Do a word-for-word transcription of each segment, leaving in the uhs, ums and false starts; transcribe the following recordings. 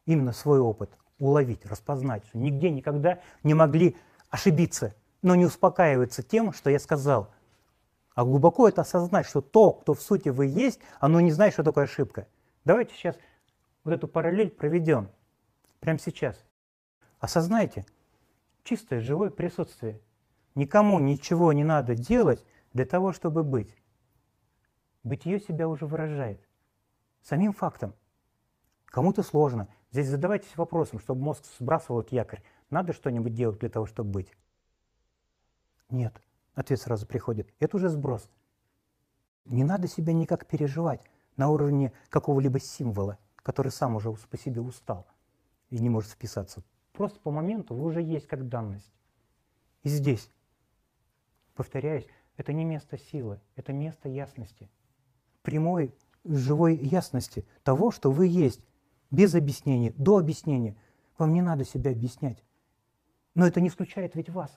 именно свой опыт уловить, распознать, что нигде никогда не могли ошибиться, но не успокаиваться тем, что я сказал. А глубоко это осознать, что то, кто в сути вы есть, оно не знает, что такое ошибка. Давайте сейчас вот эту параллель проведем. Прямо сейчас. Осознайте чистое живое присутствие. Никому ничего не надо делать для того, чтобы быть. Бытие себя уже выражает. Самим фактом. Кому-то сложно. Здесь задавайтесь вопросом, чтобы мозг сбрасывал этот якорь. Надо что-нибудь делать для того, чтобы быть? Нет. Ответ сразу приходит. Это уже сброс. Не надо себя никак переживать на уровне какого-либо символа, который сам уже по себе устал и не может вписаться. Просто по моменту вы уже есть как данность. И здесь, повторяюсь, это не место силы, это место ясности. Прямой, живой ясности того, что вы есть. Без объяснений, до объяснения. Вам не надо себя объяснять. Но это не исключает ведь вас.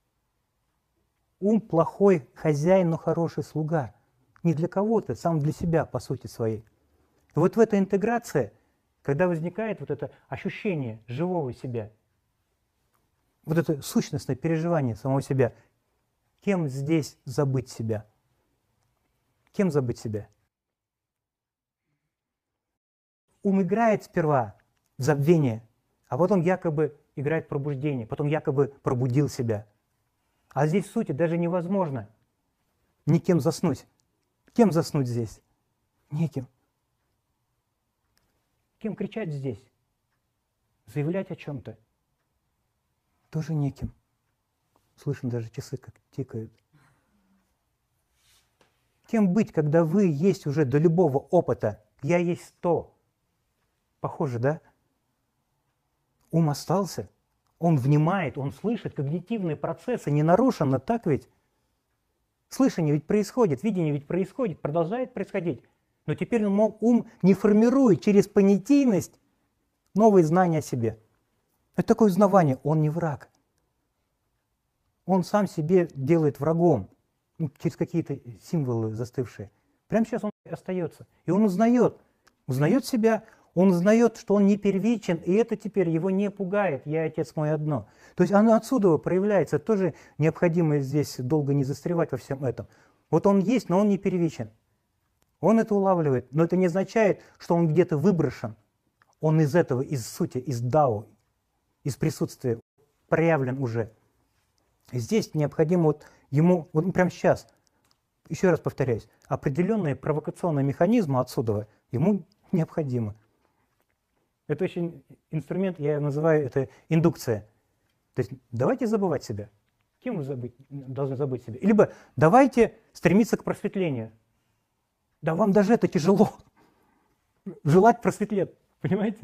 Ум плохой хозяин, но хороший слуга. Не для кого-то, сам для себя, по сути своей. И вот в этой интеграции, когда возникает вот это ощущение живого себя, вот это сущностное переживание самого себя, кем здесь забыть себя? Кем забыть себя? Ум играет сперва в забвение, а потом якобы играет в пробуждение, потом якобы пробудил себя. А здесь в сути даже невозможно никем заснуть. Кем заснуть здесь? Неким. Кем кричать здесь? Заявлять о чем-то? Тоже неким. Слышно, даже часы как тикают. Кем быть, когда вы есть уже до любого опыта? Я есть то. Похоже, да? Ум остался. Он внимает, он слышит, когнитивные процессы не нарушены, так ведь? Слышание ведь происходит, видение ведь происходит, продолжает происходить. Но теперь ум не формирует через понятийность новые знания о себе. Это такое узнавание, он не враг. Он сам себе делает врагом, через какие-то символы застывшие. Прямо сейчас он остается. И он узнает, узнает себя, он узнает, что он не первичен, и это теперь его не пугает. Я, Отец мой, одно. То есть оно отсюда проявляется. Тоже необходимо здесь долго не застревать во всем этом. Вот он есть, но он не первичен. Он это улавливает, но это не означает, что он где-то выброшен. Он из этого, из сути, из дао, из присутствия проявлен уже. И здесь необходимо вот ему, вот прямо сейчас, еще раз повторяюсь, определенные провокационные механизмы отсюда ему необходимы. Это очень инструмент, я называю это индукция. То есть давайте забывать себя. Кем вы забыть, должны забыть себя? Либо давайте стремиться к просветлению. Да вам даже это тяжело. Желать просветлеть, понимаете?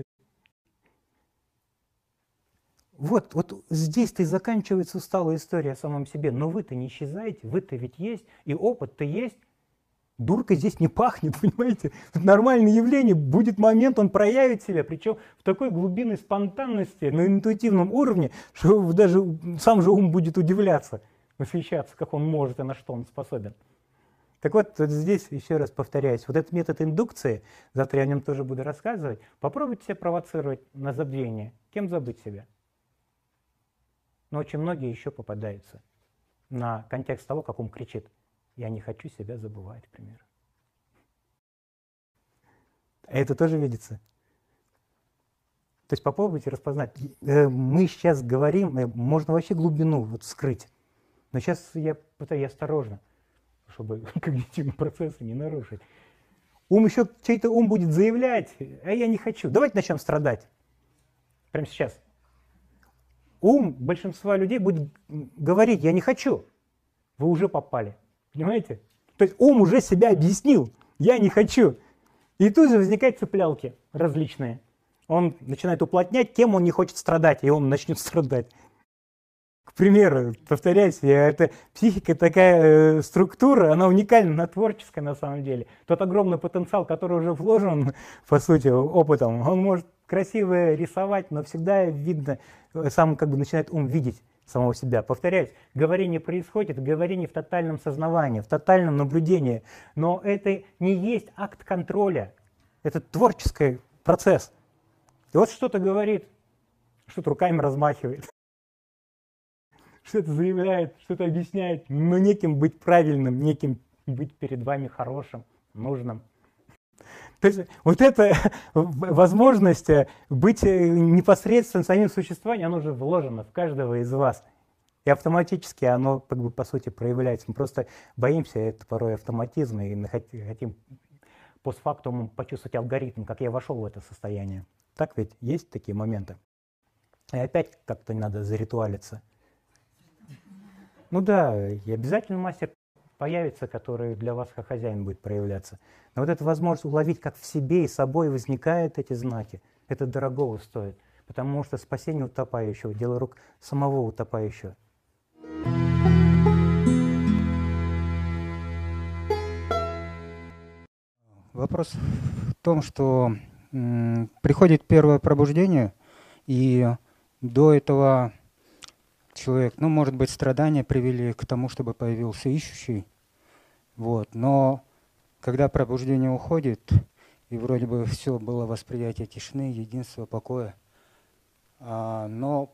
Вот, вот здесь-то и заканчивается усталая история о самом себе. Но вы-то не исчезаете, вы-то ведь есть, и опыт-то есть. Дурка здесь не пахнет, понимаете? Это нормальное явление, будет момент, он проявит себя, причем в такой глубинной спонтанности, на интуитивном уровне, что даже сам же ум будет удивляться, восхищаться, как он может и на что он способен. Так вот, вот здесь, еще раз повторяюсь, вот этот метод индукции, завтра я о нем тоже буду рассказывать, попробуйте себя провоцировать на забвение. Кем забыть себя? Но очень многие еще попадаются на контекст того, как ум кричит. Я не хочу себя забывать, к примеру. Это тоже видится. То есть попробуйте распознать. Мы сейчас говорим, можно вообще глубину вот скрыть. Но сейчас я пытаюсь осторожно, чтобы когнитивные процессы не нарушить. Ум еще, чей-то ум будет заявлять, а я не хочу. Давайте начнем страдать. Прямо сейчас. Ум большинства людей будет говорить, я не хочу. Вы уже попали. Понимаете? То есть ум уже себя объяснил. Я не хочу. И тут же возникают цеплялки различные. Он начинает уплотнять, кем он не хочет страдать, и он начнет страдать. К примеру, повторяюсь, это психика такая э, структура, она уникальна, она творческая на самом деле. Тот огромный потенциал, который уже вложен, по сути, опытом, он может красиво рисовать, но всегда видно, сам как бы начинает ум видеть самого себя. Повторяюсь, говорение происходит, говорение в тотальном сознавании, в тотальном наблюдении, но это не есть акт контроля, это творческий процесс. И вот что-то говорит, что-то руками размахивает, что-то заявляет, что-то объясняет, но неким быть правильным, неким быть перед вами хорошим, нужным. То есть вот эта возможность быть непосредственно самим существованием, она уже вложена в каждого из вас. И автоматически оно, как бы, по сути, проявляется. Мы просто боимся, это порой автоматизм, и хотим постфактум почувствовать алгоритм, как я вошел в это состояние. Так ведь есть такие моменты. И опять как-то надо заритуалиться. Ну да, и обязательно мастер появится, который для вас как хозяин будет проявляться. Но вот эта возможность уловить, как в себе и собой возникают эти знаки, это дорогого стоит. Потому что спасение утопающего, дело рук самого утопающего. Вопрос в том, что м, приходит первое пробуждение, и до этого человек, ну, может быть, страдания привели к тому, чтобы появился ищущий. Вот. Но когда пробуждение уходит, и вроде бы все было восприятие тишины, единства, покоя, а, но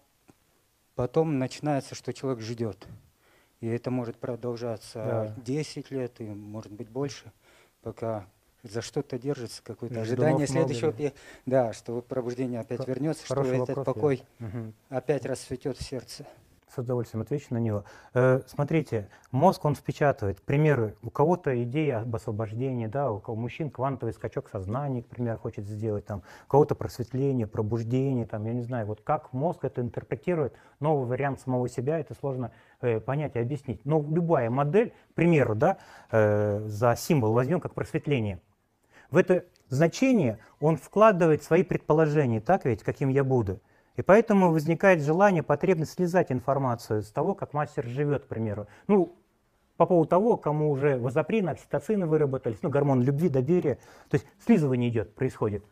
потом начинается, что человек ждет. И это может продолжаться Да. десять лет, и может быть больше, пока за что-то держится, какое-то Ждунов ожидание много, следующего, да. да, что пробуждение опять Хо- вернется, что хороший этот вопрос, покой я. Мгм. опять расцветет в сердце. С удовольствием отвечу на него. Э, смотрите, мозг, он впечатывает. К примеру, у кого-то идея об освобождении, да, у кого мужчин квантовый скачок сознания, к примеру, хочет сделать, там, у кого-то просветление, пробуждение, там, я не знаю, вот как мозг это интерпретирует, новый вариант самого себя, это сложно э, понять и объяснить. Но любая модель, к примеру, да, э, за символ возьмем как просветление. В это значение он вкладывает свои предположения, так ведь, каким я буду. И поэтому возникает желание, потребность слезать информацию с того, как мастер живет, к примеру. Ну, по поводу того, кому уже вазоприн, окситоцины выработались, ну, гормон любви, доверия. То есть слизывание идет, происходит.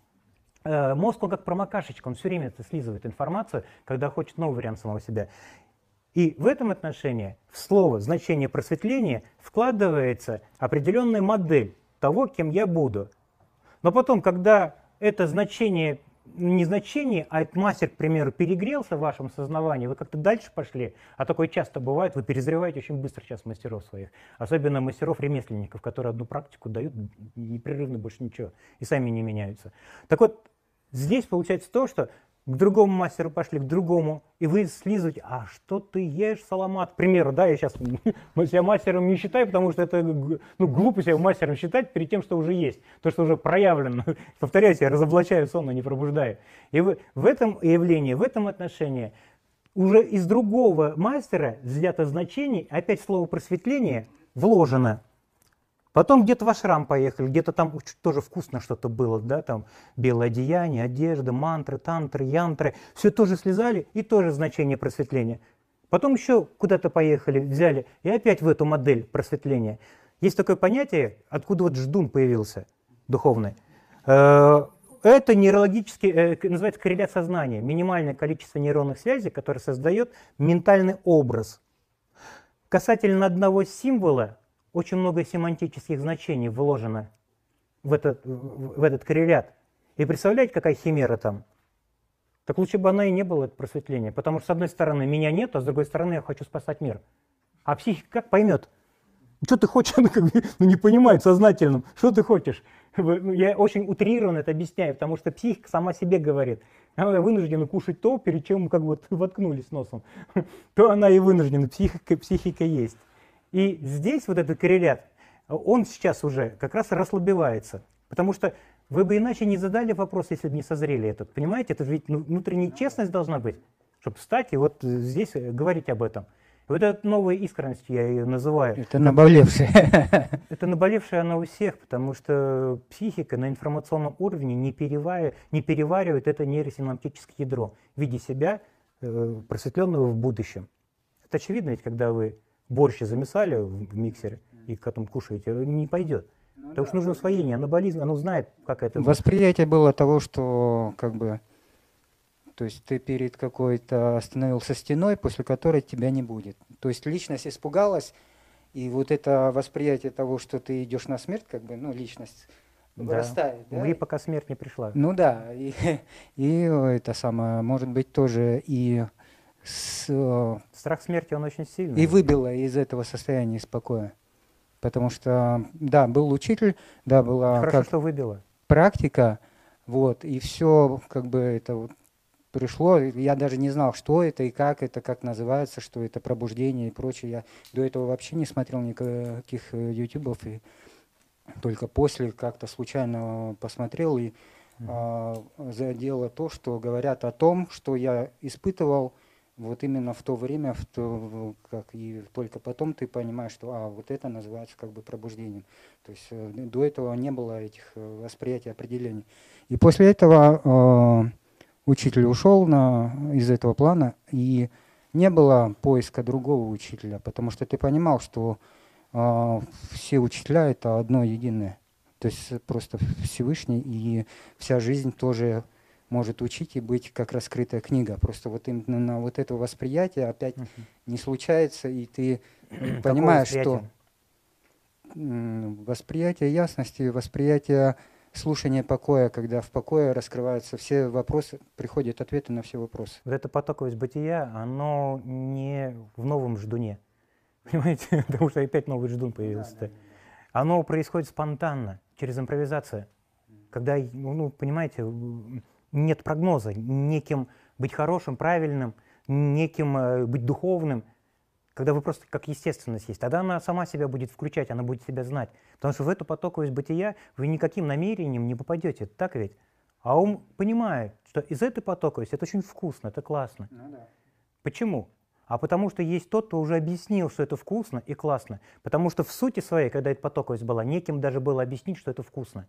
Э, мозг, он как промокашечка, он все время это слизывает информацию, когда хочет новый вариант самого себя. И в этом отношении в слово значение просветления вкладывается определенная модель того, кем я буду. Но потом, когда это значение, не значение, а этот мастер, к примеру, перегрелся в вашем сознании, вы как-то дальше пошли, а такое часто бывает, вы перезреваете очень быстро сейчас мастеров своих, особенно мастеров-ремесленников, которые одну практику дают непрерывно, больше ничего, и сами не меняются. Так вот, здесь получается то, что к другому мастеру пошли, к другому, и вы слизываете, а что ты ешь, Саламат? К примеру, да, я сейчас себя мастером не считаю, потому что это, ну, глупо себя мастером считать перед тем, что уже есть, то, что уже проявлено. Повторяюсь, я разоблачаю сон, а не пробуждаю. И вы, в этом явлении, в этом отношении уже из другого мастера взято значение, опять слово просветление вложено. Потом где-то в ашрам поехали, где-то там тоже вкусно что-то было, да, там белое одеяние, одежда, мантры, тантры, янтры, все тоже слезали и тоже значение просветления. Потом еще куда-то поехали, взяли и опять в эту модель просветления. Есть такое понятие, откуда вот ждун появился, духовный. Это нейрологический, называется корреляция сознания, минимальное количество нейронных связей, которое создает ментальный образ. Касательно одного символа, очень много семантических значений вложено в этот, в этот коррелят. И представляете, какая химера там? Так лучше бы она и не было, это просветление. Потому что, с одной стороны, меня нет, а с другой стороны, я хочу спасать мир. А психика как поймет? Что ты хочешь? Она как бы, ну, не понимает сознательным. Что ты хочешь? Я очень утрированно это объясняю, потому что психика сама себе говорит. Она вынуждена кушать то, перед чем как бы воткнулись носом. То она и вынуждена, психика, психика есть. И здесь вот этот коррелят, он сейчас уже как раз расслабевается. Потому что вы бы иначе не задали вопрос, если бы не созрели этот. Понимаете, это же ведь внутренняя честность должна быть, чтобы встать и вот здесь говорить об этом. И вот эта новая искренность, я ее называю. Это наболевшая. Это наболевшая она у всех, потому что психика на информационном уровне не, переваривает, не переваривает это нейросинаптическое ядро в виде себя, э, просветленного в будущем. Это очевидно, ведь когда вы борщ замесали в миксере и потом кушаете, не пойдет. Ну, потому да, что нужно усвоение, анаболизм, оно знает, как это... Восприятие было того, что как бы, то есть ты перед какой-то остановился стеной, после которой тебя не будет. То есть личность испугалась, и вот это восприятие того, что ты идешь на смерть, как бы, ну, личность вырастает. Да? Умри, пока смерть не пришла. Ну да, и, и это самое, может быть, тоже и с, страх смерти, он очень сильный. И выбило из этого состояния спокоя. Потому что, да, был учитель, да, была Хорошо, как что выбило. практика, вот, и все как бы это вот пришло. Я даже не знал, что это и как это, как называется, что это пробуждение и прочее. Я до этого вообще не смотрел никаких ютубов, и только после как-то случайно посмотрел и mm-hmm. а, задело то, что говорят о том, что я испытывал вот именно в то время, в то, как и только потом ты понимаешь, что а, вот это называется как бы пробуждением. То есть э, до этого не было этих э, восприятий, определений. И после этого э, учитель ушел на, из этого плана, и не было поиска другого учителя, потому что ты понимал, что э, все учителя — это одно единое. То есть просто Всевышний, и вся жизнь тоже может учить и быть как раскрытая книга. Просто вот именно на вот это восприятие опять uh-huh. не случается, и ты понимаешь, что восприятие ясности, восприятие слушания покоя, когда в покое раскрываются все вопросы, приходят ответы на все вопросы. Вот это потоковость бытия, оно не в новом ждуне, понимаете? Потому что опять новый ждун появился. Да, да, да. Оно происходит спонтанно, через импровизацию. Когда, ну, понимаете, нет прогноза, неким быть хорошим, правильным, неким э, быть духовным, когда вы просто как естественность есть, тогда она сама себя будет включать, она будет себя знать. Потому что в эту потоковость бытия вы никаким намерением не попадете, так ведь? А ум понимает, что из этой потоковости это очень вкусно, это классно. Ну, да. Почему? А потому что есть тот, кто уже объяснил, что это вкусно и классно. Потому что в сути своей, когда эта потоковость была, неким даже было объяснить, что это вкусно.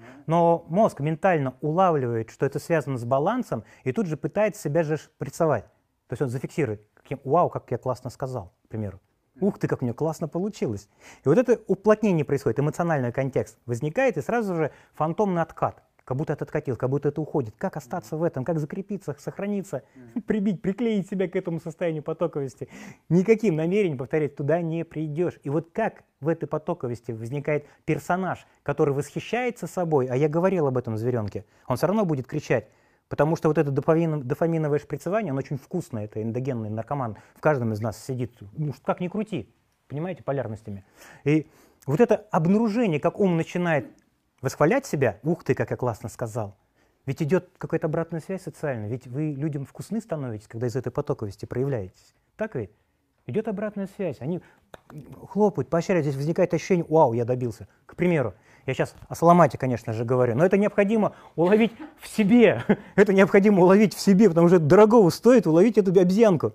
Но мозг ментально улавливает, что это связано с балансом, и тут же пытается себя же прессовать. То есть он зафиксирует, каким, вау, как я классно сказал, к примеру. Ух ты, как у меня классно получилось. И вот это уплотнение происходит, эмоциональный контекст возникает, и сразу же фантомный откат. Как будто это откатил, как будто это уходит. Как остаться в этом, как закрепиться, сохраниться, прибить, приклеить себя к этому состоянию потоковости. Никаким намерением, повторять, туда не придешь. И вот как в этой потоковости возникает персонаж, который восхищается собой, а я говорил об этом в «Зверенке», он все равно будет кричать, потому что вот это дофамин, дофаминовое шприцевание, оно очень вкусное, это эндогенный наркоман, в каждом из нас сидит, ну, как ни крути, понимаете, полярностями. И вот это обнаружение, как ум начинает восхвалять себя, ух ты, как я классно сказал. Ведь идет какая-то обратная связь социальная, ведь вы людям вкусны становитесь, когда из этой потоковости проявляетесь. Так ведь? Идет обратная связь, они хлопают, поощряют, здесь возникает ощущение, вау, я добился. К примеру, я сейчас о Саламате, конечно же, говорю, но это необходимо уловить в себе, это необходимо уловить в себе, потому что дорогого стоит уловить эту обезьянку.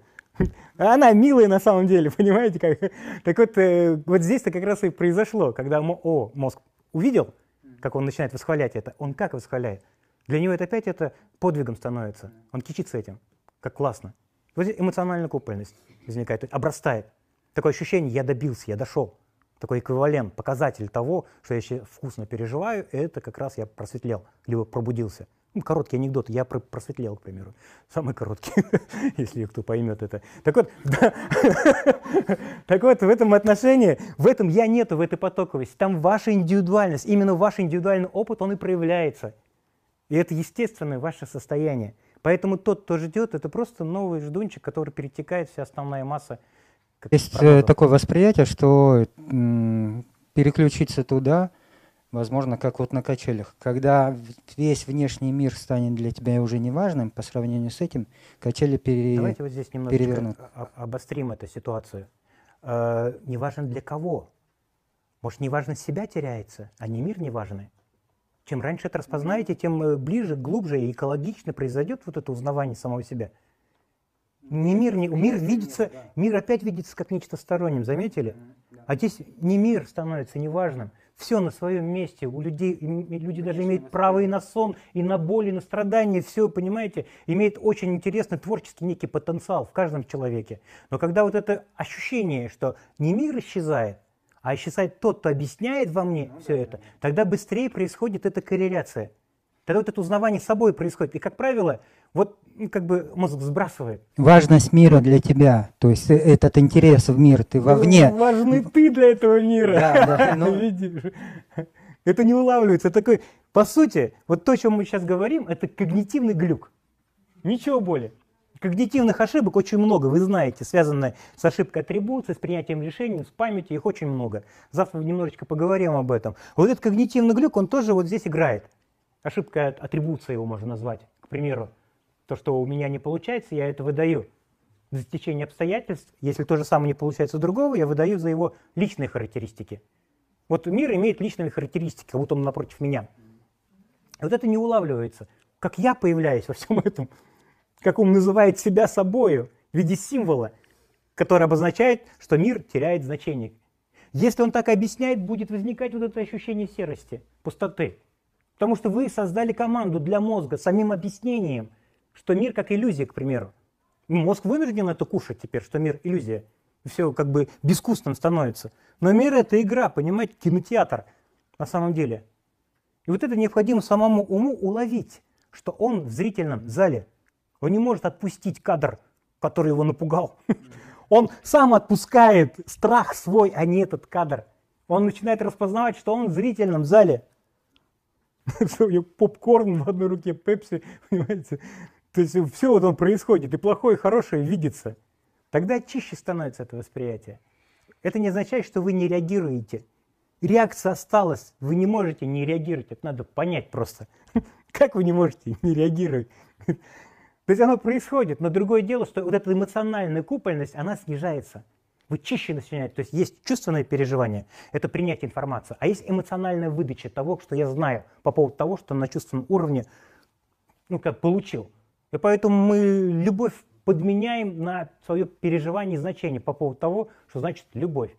Она милая на самом деле, понимаете? Как? Так вот, вот здесь-то как раз и произошло, когда о, мозг увидел, как он начинает восхвалять это, он как восхваляет? Для него это опять это подвигом становится. Он кичится этим, как классно. Вот здесь эмоциональная купольность возникает, обрастает. Такое ощущение, я добился, я дошел. Такой эквивалент, показатель того, что я сейчас вкусно переживаю, это как раз я просветлел, либо пробудился. Ну, короткий анекдот, я просветлел, к примеру. Самый короткий, если кто поймет это. Так вот, да. Так вот, в этом отношении, в этом я нету, в этой потоковости. Там ваша индивидуальность, именно ваш индивидуальный опыт, он и проявляется. И это естественное ваше состояние. Поэтому тот, кто ждет, это просто новый ждунчик, который перетекает вся основная масса. Есть прогнозов. Такое восприятие, что м, переключиться туда, возможно, как вот на качелях. Когда весь внешний мир станет для тебя уже неважным, по сравнению с этим, качели пере... Давайте вот здесь немножечко обострим эту ситуацию. Э, неважно для кого. Может, неважность себя теряется, а не мир неважный. Чем раньше это распознаете, тем ближе, глубже и экологично произойдет вот это узнавание самого себя. Не мир, не, мир видится, мир опять видится как нечто сторонним, заметили? А здесь не мир становится неважным. Все на своем месте. У людей, люди даже имеют право и на сон, и на боль, и на страдания. Все, понимаете, имеет очень интересный творческий некий потенциал в каждом человеке. Но когда вот это ощущение, что не мир исчезает, а исчезает тот, кто объясняет во мне все это, тогда быстрее происходит эта корреляция. Тогда вот это узнавание собой происходит. И, как правило, вот ну, как бы мозг сбрасывает. Важность мира для тебя, то есть этот интерес в мир, ты вовне. Ну, важный ты для этого мира. Да, да, ну... Видишь? Это не улавливается. Это такой, по сути, вот то, о чем мы сейчас говорим, это когнитивный глюк. Ничего более. Когнитивных ошибок очень много, вы знаете, связанные с ошибкой атрибуции, с принятием решений, с памятью, их очень много. Завтра немножечко поговорим об этом. Вот этот когнитивный глюк, он тоже вот здесь играет. Ошибка атрибуции его можно назвать, к примеру. То, что у меня не получается, я это выдаю за течение обстоятельств. Если то же самое не получается у другого, я выдаю за его личные характеристики. Вот мир имеет личные характеристики, как будто он напротив меня. И вот это не улавливается. Как я появляюсь во всем этом, как он называет себя собою в виде символа, который обозначает, что мир теряет значение. Если он так объясняет, будет возникать вот это ощущение серости, пустоты. Потому что вы создали команду для мозга самим объяснением, что мир как иллюзия, к примеру. Мозг вынужден это кушать теперь, что мир иллюзия. Все как бы безвкусным становится. Но мир — это игра, понимаете, кинотеатр на самом деле. И вот это необходимо самому уму уловить, что он в зрительном зале. Он не может отпустить кадр, который его напугал. Он сам отпускает страх свой, а не этот кадр. Он начинает распознавать, что он в зрительном зале. Попкорн в одной руке, пепси, понимаете. То есть все вот он происходит, и плохое, и хорошее видится. Тогда чище становится это восприятие. Это не означает, что вы не реагируете. Реакция осталась, вы не можете не реагировать, это надо понять просто. Как вы не можете не реагировать? То есть оно происходит, но другое дело, что вот эта эмоциональная купольность, она снижается. Вы чище начинаете, то есть есть чувственное переживание, это принятие информации, а есть эмоциональная выдача того, что я знаю по поводу того, что на чувственном уровне, ну как, получил. И поэтому мы любовь подменяем на свое переживание и значение по поводу того, что значит любовь.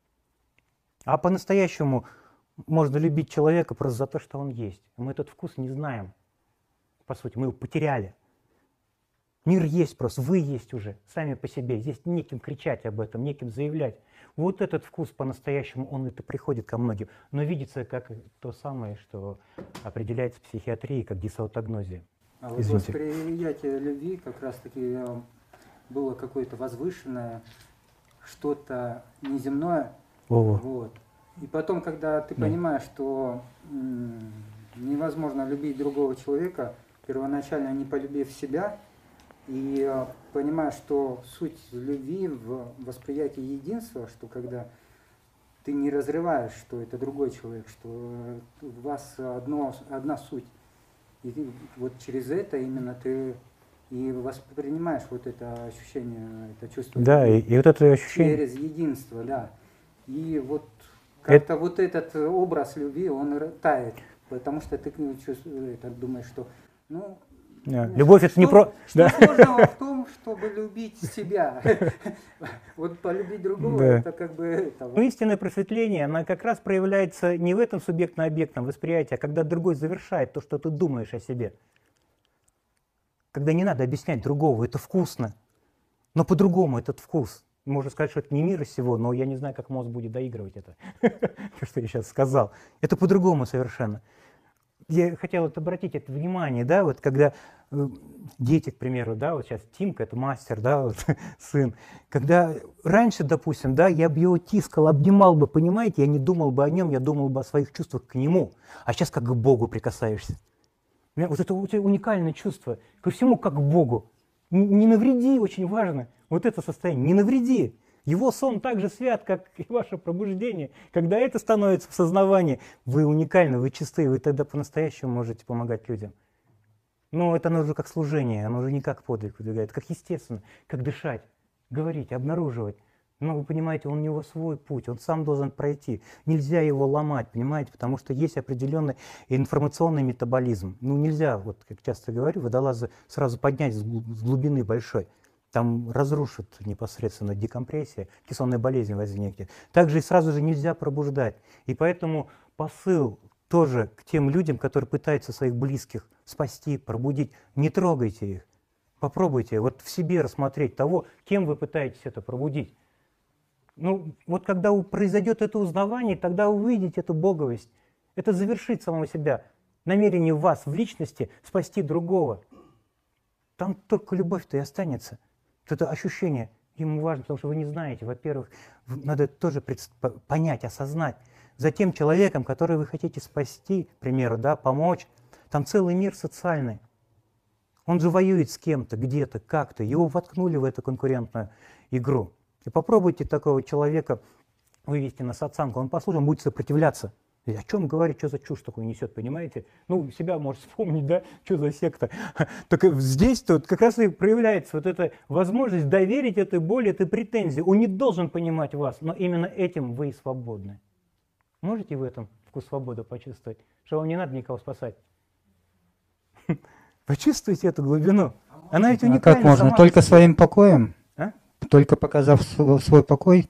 А по-настоящему можно любить человека просто за то, что он есть. Мы этот вкус не знаем. По сути, мы его потеряли. Мир есть просто, вы есть уже, сами по себе. Здесь неким кричать об этом, неким заявлять. Вот этот вкус по-настоящему, он это приходит ко многим. Но видится как то самое, что определяется в психиатрии, как дисаутогнозия. А вот восприятие любви как раз-таки было какое-то возвышенное, что-то неземное. Вот. И потом, когда ты да. понимаешь, что м- невозможно любить другого человека, первоначально не полюбив себя, и э, понимаешь, что суть любви в восприятии единства, что когда ты не разрываешь, что это другой человек, что у вас одно, одна суть. И ты, вот через это именно ты и воспринимаешь вот это ощущение, это чувство. Да, и, и вот это ощущение. Через единство, да. И вот как-то это... вот этот образ любви, он тает, потому что ты чувствуешь, думаешь, что, ну, да. Любовь это что, не про... Что да. сложного в том, чтобы любить себя. Вот полюбить другого, да. это как бы... Это... Но истинное просветление, оно как раз проявляется не в этом субъектно-объектном восприятии, а когда другой завершает то, что ты думаешь о себе. Когда не надо объяснять другого, это вкусно, но по-другому этот вкус. Можно сказать, что это не мир сего, но я не знаю, как мозг будет доигрывать это, то, что я сейчас сказал. Это по-другому совершенно. Я хотел вот обратить это внимание, да, вот когда э, дети, к примеру, да, вот сейчас Тимка, это мастер, да, вот, сын, когда раньше, допустим, да, я бы его тискал, обнимал бы, понимаете, я не думал бы о нем, я думал бы о своих чувствах к нему, а сейчас как к Богу прикасаешься. Вот это у тебя уникальное чувство, ко всему как к Богу. Не, не навреди, очень важно, вот это состояние, не навреди. Его сон так же свят, как и ваше пробуждение. Когда это становится в сознании, вы уникальны, вы чисты, вы тогда по-настоящему можете помогать людям. Но это оно уже как служение, оно уже не как подвиг выдвигает, как естественно, как дышать, говорить, обнаруживать. Но вы понимаете, у него свой путь, он сам должен пройти. Нельзя его ломать, понимаете, потому что есть определенный информационный метаболизм. Ну нельзя, вот как часто говорю, водолазы сразу поднять с глубины большой. Там разрушит непосредственно декомпрессия, кессонная болезнь возникнет. Также и сразу же нельзя пробуждать. И поэтому посыл тоже к тем людям, которые пытаются своих близких спасти, пробудить, не трогайте их. Попробуйте вот в себе рассмотреть того, кем вы пытаетесь это пробудить. Ну, вот когда произойдет это узнавание, тогда вы увидите эту боговость. Это завершит самого себя. Намерение в вас, в личности, спасти другого. Там только любовь-то и останется. Это ощущение Ему важно, потому что вы не знаете. Во-первых, надо тоже понять, осознать. За тем человеком, который вы хотите спасти, к примеру, да, помочь, там целый мир социальный. Он же воюет с кем-то, где-то, как-то. Его воткнули в эту конкурентную игру. И попробуйте такого человека вывести на сатсанг. Он послушает, он будет сопротивляться. И о чем говорит, что за чушь такую несет, понимаете? Ну, себя может вспомнить, да, что за секта. Так здесь тут как раз и проявляется вот эта возможность доверить этой боли, этой претензии. Он не должен понимать вас, но именно этим вы и свободны. Можете в этом вкус свободы почувствовать? Что вам не надо никого спасать? Почувствуйте эту глубину. Она ведь уникальна. А как можно? Только своим покоем? А? Только показав свой покой?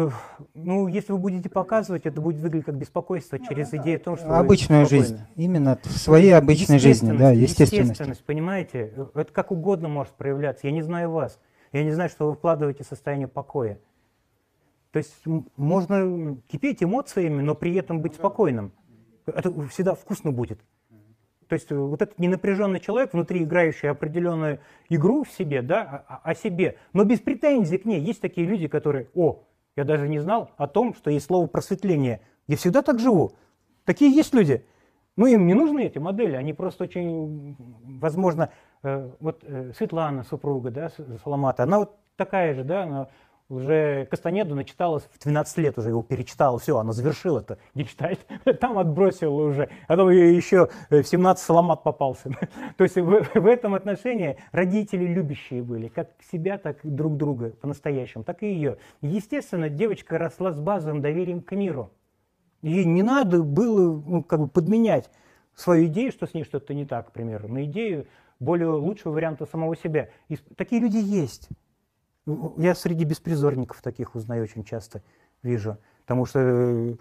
Ну, если вы будете показывать, это будет выглядеть как беспокойство через идею о том, что обычную жизнь. Именно в своей обычной жизни, да, естественность. Естественность, понимаете? Это как угодно может проявляться. Я не знаю вас. Я не знаю, что вы вкладываете в состояние покоя. То есть можно кипеть эмоциями, но при этом быть спокойным. Это всегда вкусно будет. То есть вот этот ненапряженный человек, внутри играющий определенную игру в себе, да, о, о себе, но без претензий к ней. Есть такие люди, которые, о, я даже не знал о том, что есть слово просветление. Я всегда так живу. Такие есть люди. Ну, им не нужны эти модели, они просто очень, возможно, э, вот э, Светлана, супруга, да, Саламата, она вот такая же, да, она уже Кастанеду начиталась в двенадцать лет, уже его перечитала, все, она завершила это, не читает, там отбросила уже, а то еще в семнадцать Саламат попался. То есть в, в этом отношении родители любящие были, как себя, так и друг друга по-настоящему, так и ее. Естественно, девочка росла с базовым доверием к миру. Ей не надо было ну, как бы подменять свою идею, что с ней что-то не так, к примеру, на идею более лучшего варианта самого себя. И такие люди есть. Я среди беспризорников таких узнаю очень часто, вижу. Потому что э,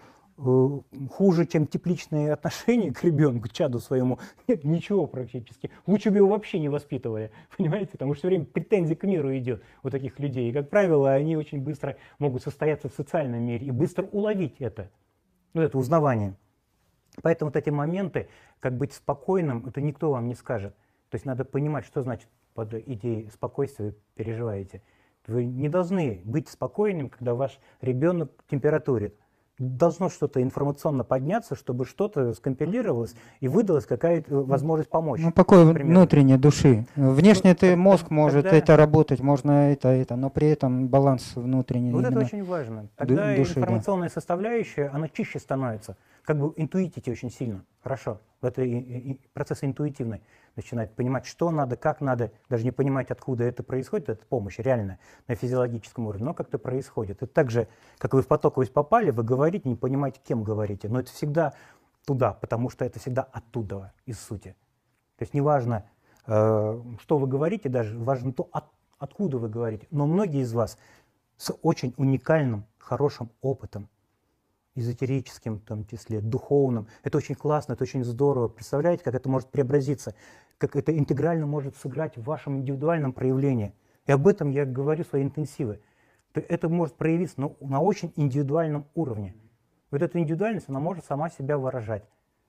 хуже, чем тепличные отношения к ребенку, к чаду своему, нет ничего практически. Лучше бы его вообще не воспитывали, понимаете? Потому что все время претензий к миру идет у таких людей. И, как правило, они очень быстро могут состояться в социальном мире и быстро уловить это, ну, это узнавание. Поэтому вот эти моменты, как быть спокойным, это никто вам не скажет. То есть надо понимать, что значит под идеей спокойствия вы переживаете. Вы не должны быть спокойным, когда ваш ребенок температурит. Должно что-то информационно подняться, чтобы что-то скомпилировалось и выдалась какая-то возможность помочь. Ну, покой внутренней души. Внешне ты мозг может Тогда... это работать, можно это, это, но при этом баланс внутренний. Вот это очень важно. Тогда души, информационная да. составляющая, она чище становится. Как бы интуитите очень сильно. Хорошо. Это и, и процесс интуитивный. Начинает понимать, что надо, как надо, даже не понимать, откуда это происходит, это помощь реальная на физиологическом уровне, но как-то происходит. Это так же, как вы в потоковость попали, вы говорите, не понимаете, кем говорите, но это всегда туда, потому что это всегда оттуда, из сути. То есть неважно, э, что вы говорите, даже важно то, от, откуда вы говорите. Но многие из вас с очень уникальным, хорошим опытом, эзотерическим, в том числе, духовным. Это очень классно, это очень здорово. Представляете, как это может преобразиться, как это интегрально может сыграть в вашем индивидуальном проявлении. И об этом я говорю в свои интенсивы. Это может проявиться на, на очень индивидуальном уровне. Вот эта индивидуальность, она может сама себя выражать.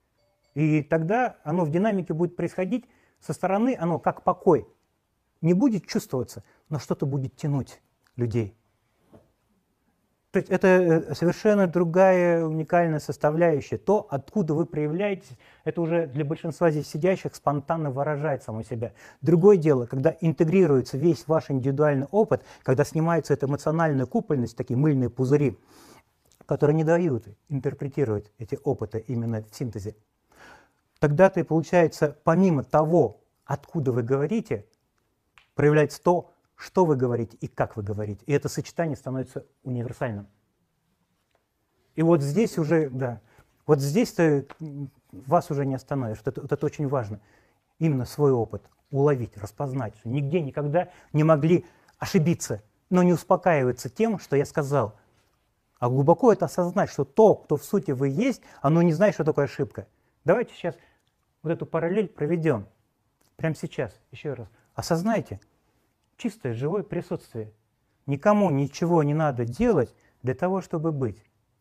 И тогда оно в динамике будет происходить, со стороны оно как покой. Не будет чувствоваться, но что-то будет тянуть людей. То есть это совершенно другая уникальная составляющая. То, откуда вы проявляетесь, это уже для большинства здесь сидящих спонтанно выражает само себя. Другое дело, когда интегрируется весь ваш индивидуальный опыт, когда снимается эта эмоциональная купольность, такие мыльные пузыри, которые не дают интерпретировать эти опыты именно в синтезе, тогда-то и получается, помимо того, откуда вы говорите, проявляется то, что вы говорите и как вы говорите. И это сочетание становится универсальным. И вот здесь уже, да, вот здесь-то вас уже не остановишь. Это, вот это очень важно. Именно свой опыт уловить, распознать. Нигде никогда не могли ошибиться, но не успокаиваться тем, что я сказал. А глубоко это осознать, что то, кто в сути вы есть, оно не знает, что такое ошибка. Давайте сейчас вот эту параллель проведем. Прямо сейчас, еще раз. Осознайте. Чистое, живое присутствие. Никому ничего не надо делать для того, чтобы быть.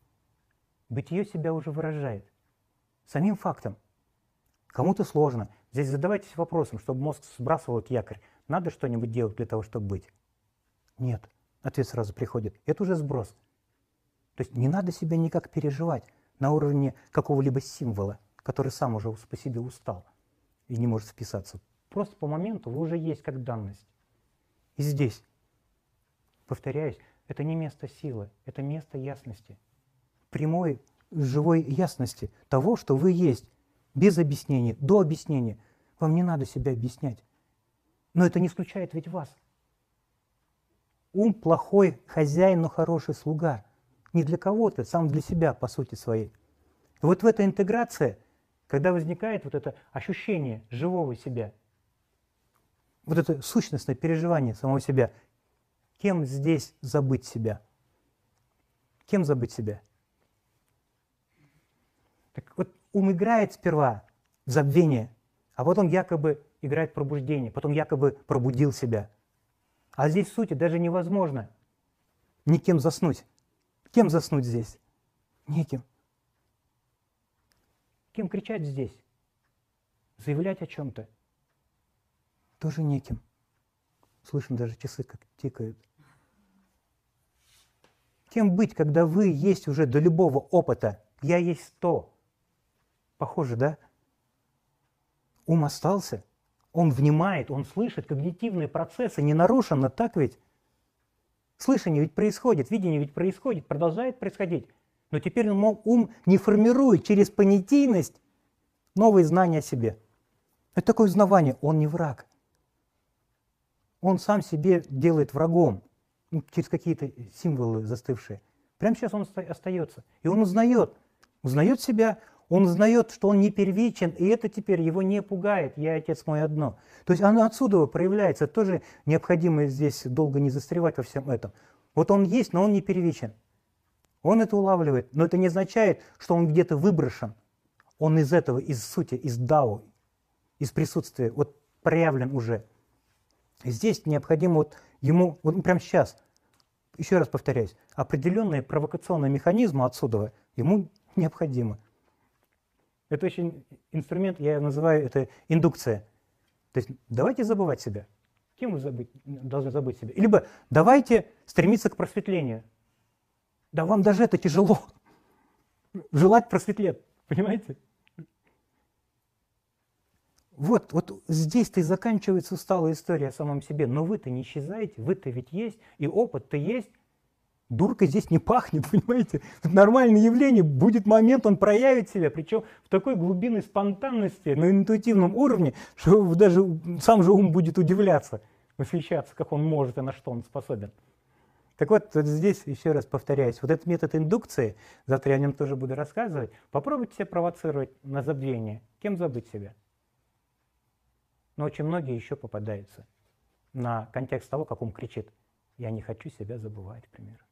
Бытие себя уже выражает. Самим фактом. Кому-то сложно. Здесь задавайтесь вопросом, чтобы мозг сбрасывал этот якорь. Надо что-нибудь делать для того, чтобы быть? Нет. Ответ сразу приходит. Это уже сброс. То есть не надо себя никак переживать на уровне какого-либо символа, который сам уже по себе устал и не может вписаться. Просто по моменту вы уже есть как данность. И здесь, повторяюсь, это не место силы, это место ясности. Прямой, живой ясности того, что вы есть, без объяснений, до объяснения. Вам не надо себя объяснять. Но это не исключает ведь вас. Ум плохой хозяин, но хороший слуга. Не для кого-то, сам для себя, по сути своей. И вот в этой интеграции, когда возникает вот это ощущение живого себя, вот это сущностное переживание самого себя, кем здесь забыть себя? Кем забыть себя? Так вот, ум играет сперва в забвение, а потом якобы играет в пробуждение, потом якобы пробудил себя. А здесь в сути даже невозможно никем заснуть. Кем заснуть здесь? Неким. Кем кричать здесь? Заявлять о чем-то? Тоже неким. Слышим, даже часы как тикают. Кем быть, когда вы есть уже до любого опыта? Я есть то. Похоже, да? Ум остался, он внимает, он слышит, когнитивные процессы не нарушены, так ведь? Слышание ведь происходит, видение ведь происходит, продолжает происходить. Но теперь ум не формирует через понятийность новые знания о себе. Это такое узнавание, он не враг. Он сам себе делает врагом, через какие-то символы застывшие. Прямо сейчас он остается. И он узнает, узнает себя, он узнает, что он не первичен, и это теперь его не пугает. Я, Отец мой, одно. То есть оно отсюда проявляется. Тоже необходимо здесь долго не застревать во всем этом. Вот он есть, но он не первичен. Он это улавливает, но это не означает, что он где-то выброшен. Он из этого, из сути, из дао, из присутствия, вот проявлен уже. И здесь необходимо вот ему, вот прямо сейчас, еще раз повторяюсь, определенные провокационные механизмы отсюда ему необходимы. Это очень инструмент, я называю это индукция. То есть давайте забывать себя. Кем вы забыть, должны забыть себя? Либо давайте стремиться к просветлению. Да вам даже это тяжело. Желать просветлеть, понимаете? Вот, вот здесь-то и заканчивается усталая история о самом себе. Но вы-то не исчезаете, вы-то ведь есть, и опыт-то есть. Дурка здесь не пахнет, понимаете? Это нормальное явление, будет момент, он проявит себя, причем в такой глубинной спонтанности, на интуитивном уровне, что даже сам же ум будет удивляться, восхищаться, как он может и на что он способен. Так вот, вот здесь, еще раз повторяюсь, вот этот метод индукции, завтра я о нем тоже буду рассказывать, попробуйте себя провоцировать на забвение. Кем забыть себя? Но очень многие еще попадаются на контекст того, как ум кричит. Я не хочу себя забывать, к примеру.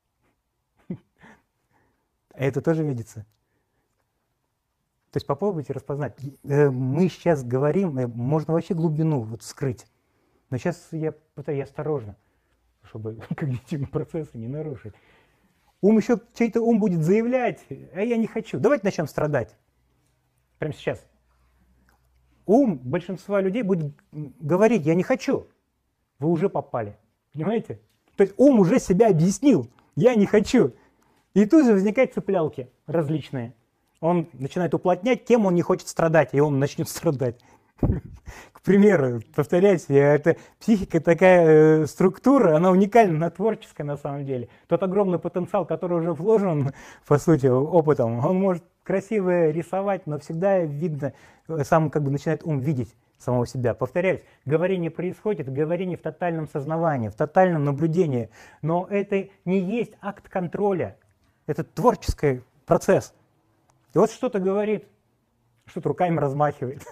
Это тоже видится. То есть попробуйте распознать. Мы сейчас говорим, можно вообще глубину вот скрыть. Но сейчас я пытаюсь осторожно, чтобы когнитивные процессы не нарушить. Ум еще, чей-то ум будет заявлять, а я не хочу. Давайте начнем страдать. Прямо сейчас. Ум большинства людей будет говорить, я не хочу. Вы уже попали. Понимаете? То есть ум уже себя объяснил, я не хочу. И тут же возникают цеплялки различные. Он начинает уплотнять, кем он не хочет страдать, и он начнет страдать. К примеру, повторяюсь, это психика такая э, структура, она уникальна, она творческая на самом деле. Тот огромный потенциал, который уже вложен, по сути, опытом, он может красиво рисовать, но всегда видно, сам как бы начинает ум видеть самого себя. Повторяюсь, говорение происходит, говорение в тотальном сознавании, в тотальном наблюдении, но это не есть акт контроля, это творческий процесс. И вот что-то говорит, что-то руками размахивает,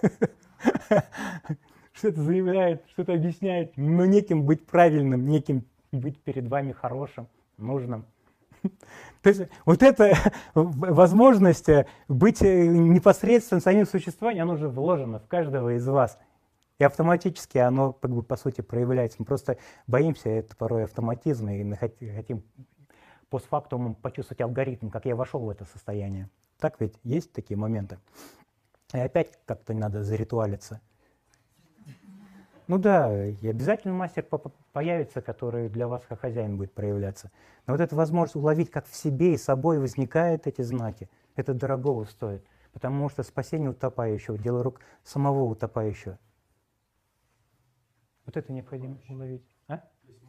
что-то заявляет, что-то объясняет, но неким быть правильным, неким быть перед вами хорошим, нужным. То есть вот эта возможность быть непосредственно самим существованием, она уже вложена в каждого из вас. И автоматически оно, как бы, по сути, проявляется. Мы просто боимся, это порой автоматизм, и хотим постфактум почувствовать алгоритм, как я вошел в это состояние. Так ведь есть такие моменты. И опять как-то надо заритуалиться. Ну да, и обязательно мастер появится, который для вас как хозяин будет проявляться. Но вот эта возможность уловить, как в себе и собой возникают эти знаки, это дорогого стоит. Потому что спасение утопающего, дело рук самого утопающего. Вот это необходимо уловить. А?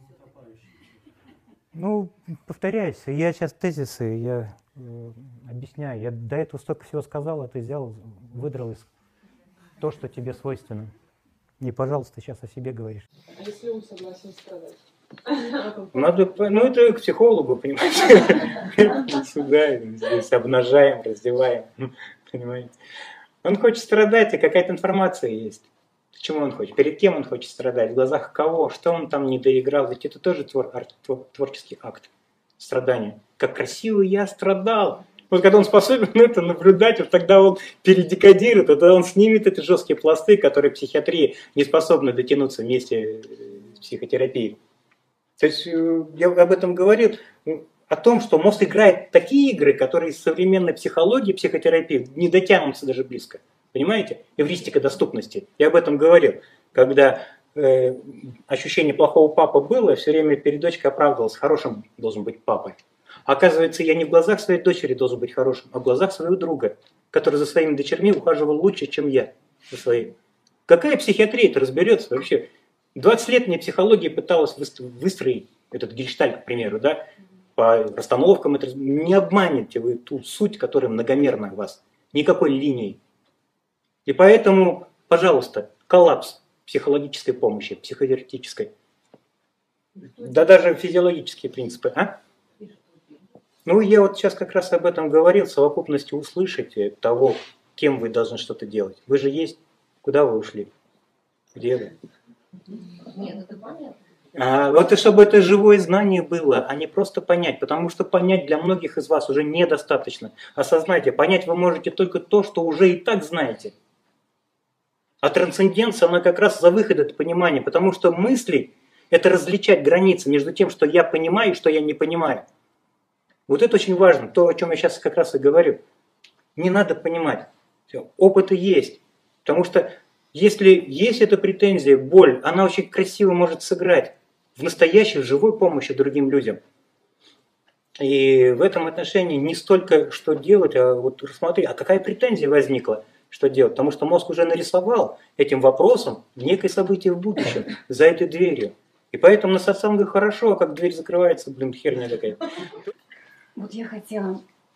Ну, повторяюсь, я сейчас тезисы, я э, объясняю. Я до этого столько всего сказал, а ты взял, выдрал из то, что тебе свойственно. И, пожалуйста, сейчас о себе говоришь. А если он согласен страдать? Надо, ну это к психологу, понимаете? Сюда, здесь обнажаем, раздеваем, понимаете? Он хочет страдать, и какая-то информация есть. Почему он хочет? Перед кем он хочет страдать? В глазах кого? Что он там не доиграл? Ведь это тоже твор, твор, творческий акт страдания. Как красиво я страдал! Вот когда он способен это наблюдать, вот тогда он передекодирует, тогда он снимет эти жесткие пласты, которые психиатрия не способна дотянуться вместе с психотерапией. То есть я об этом говорил, о том, что мозг играет такие игры, которые из современной психологии, психотерапии не дотянутся даже близко. Понимаете? Эвристика доступности. Я об этом говорил. Когда э, ощущение плохого папы было, я все время перед дочкой оправдывался, хорошим должен быть папой. Оказывается, я не в глазах своей дочери должен быть хорошим, а в глазах своего друга, который за своими дочерьми ухаживал лучше, чем я за своими. Какая психиатрия-то разберется вообще? двадцать лет мне психология пыталась выстроить этот гельштальт, к примеру, да, по расстановкам. Это... Не обманете вы ту суть, которая многомерна у вас. Никакой линией. И поэтому, пожалуйста, коллапс психологической помощи, психотерапевтической. Да даже физиологические принципы, а? Ну, я вот сейчас как раз об этом говорил, в совокупности услышите того, кем вы должны что-то делать. Вы же есть. Куда вы ушли? Где вы? Нет, это понятно. А, вот и чтобы это живое знание было, а не просто понять. Потому что понять для многих из вас уже недостаточно. Осознайте, понять вы можете только то, что уже и так знаете. А трансценденция, она как раз за выход от понимания. Потому что мысли – это различать границы между тем, что я понимаю и что я не понимаю. Вот это очень важно, то, о чем я сейчас как раз и говорю. Не надо понимать. Все, опыты есть. Потому что если есть эта претензия, боль, она очень красиво может сыграть в настоящей, живой помощи другим людям. И в этом отношении не столько что делать, а вот рассмотреть, а какая претензия возникла, что делать. Потому что мозг уже нарисовал этим вопросом некое событие в будущем, за этой дверью. И поэтому на сатсанге хорошо, а как дверь закрывается, блин, херня такая. Вот я хотела,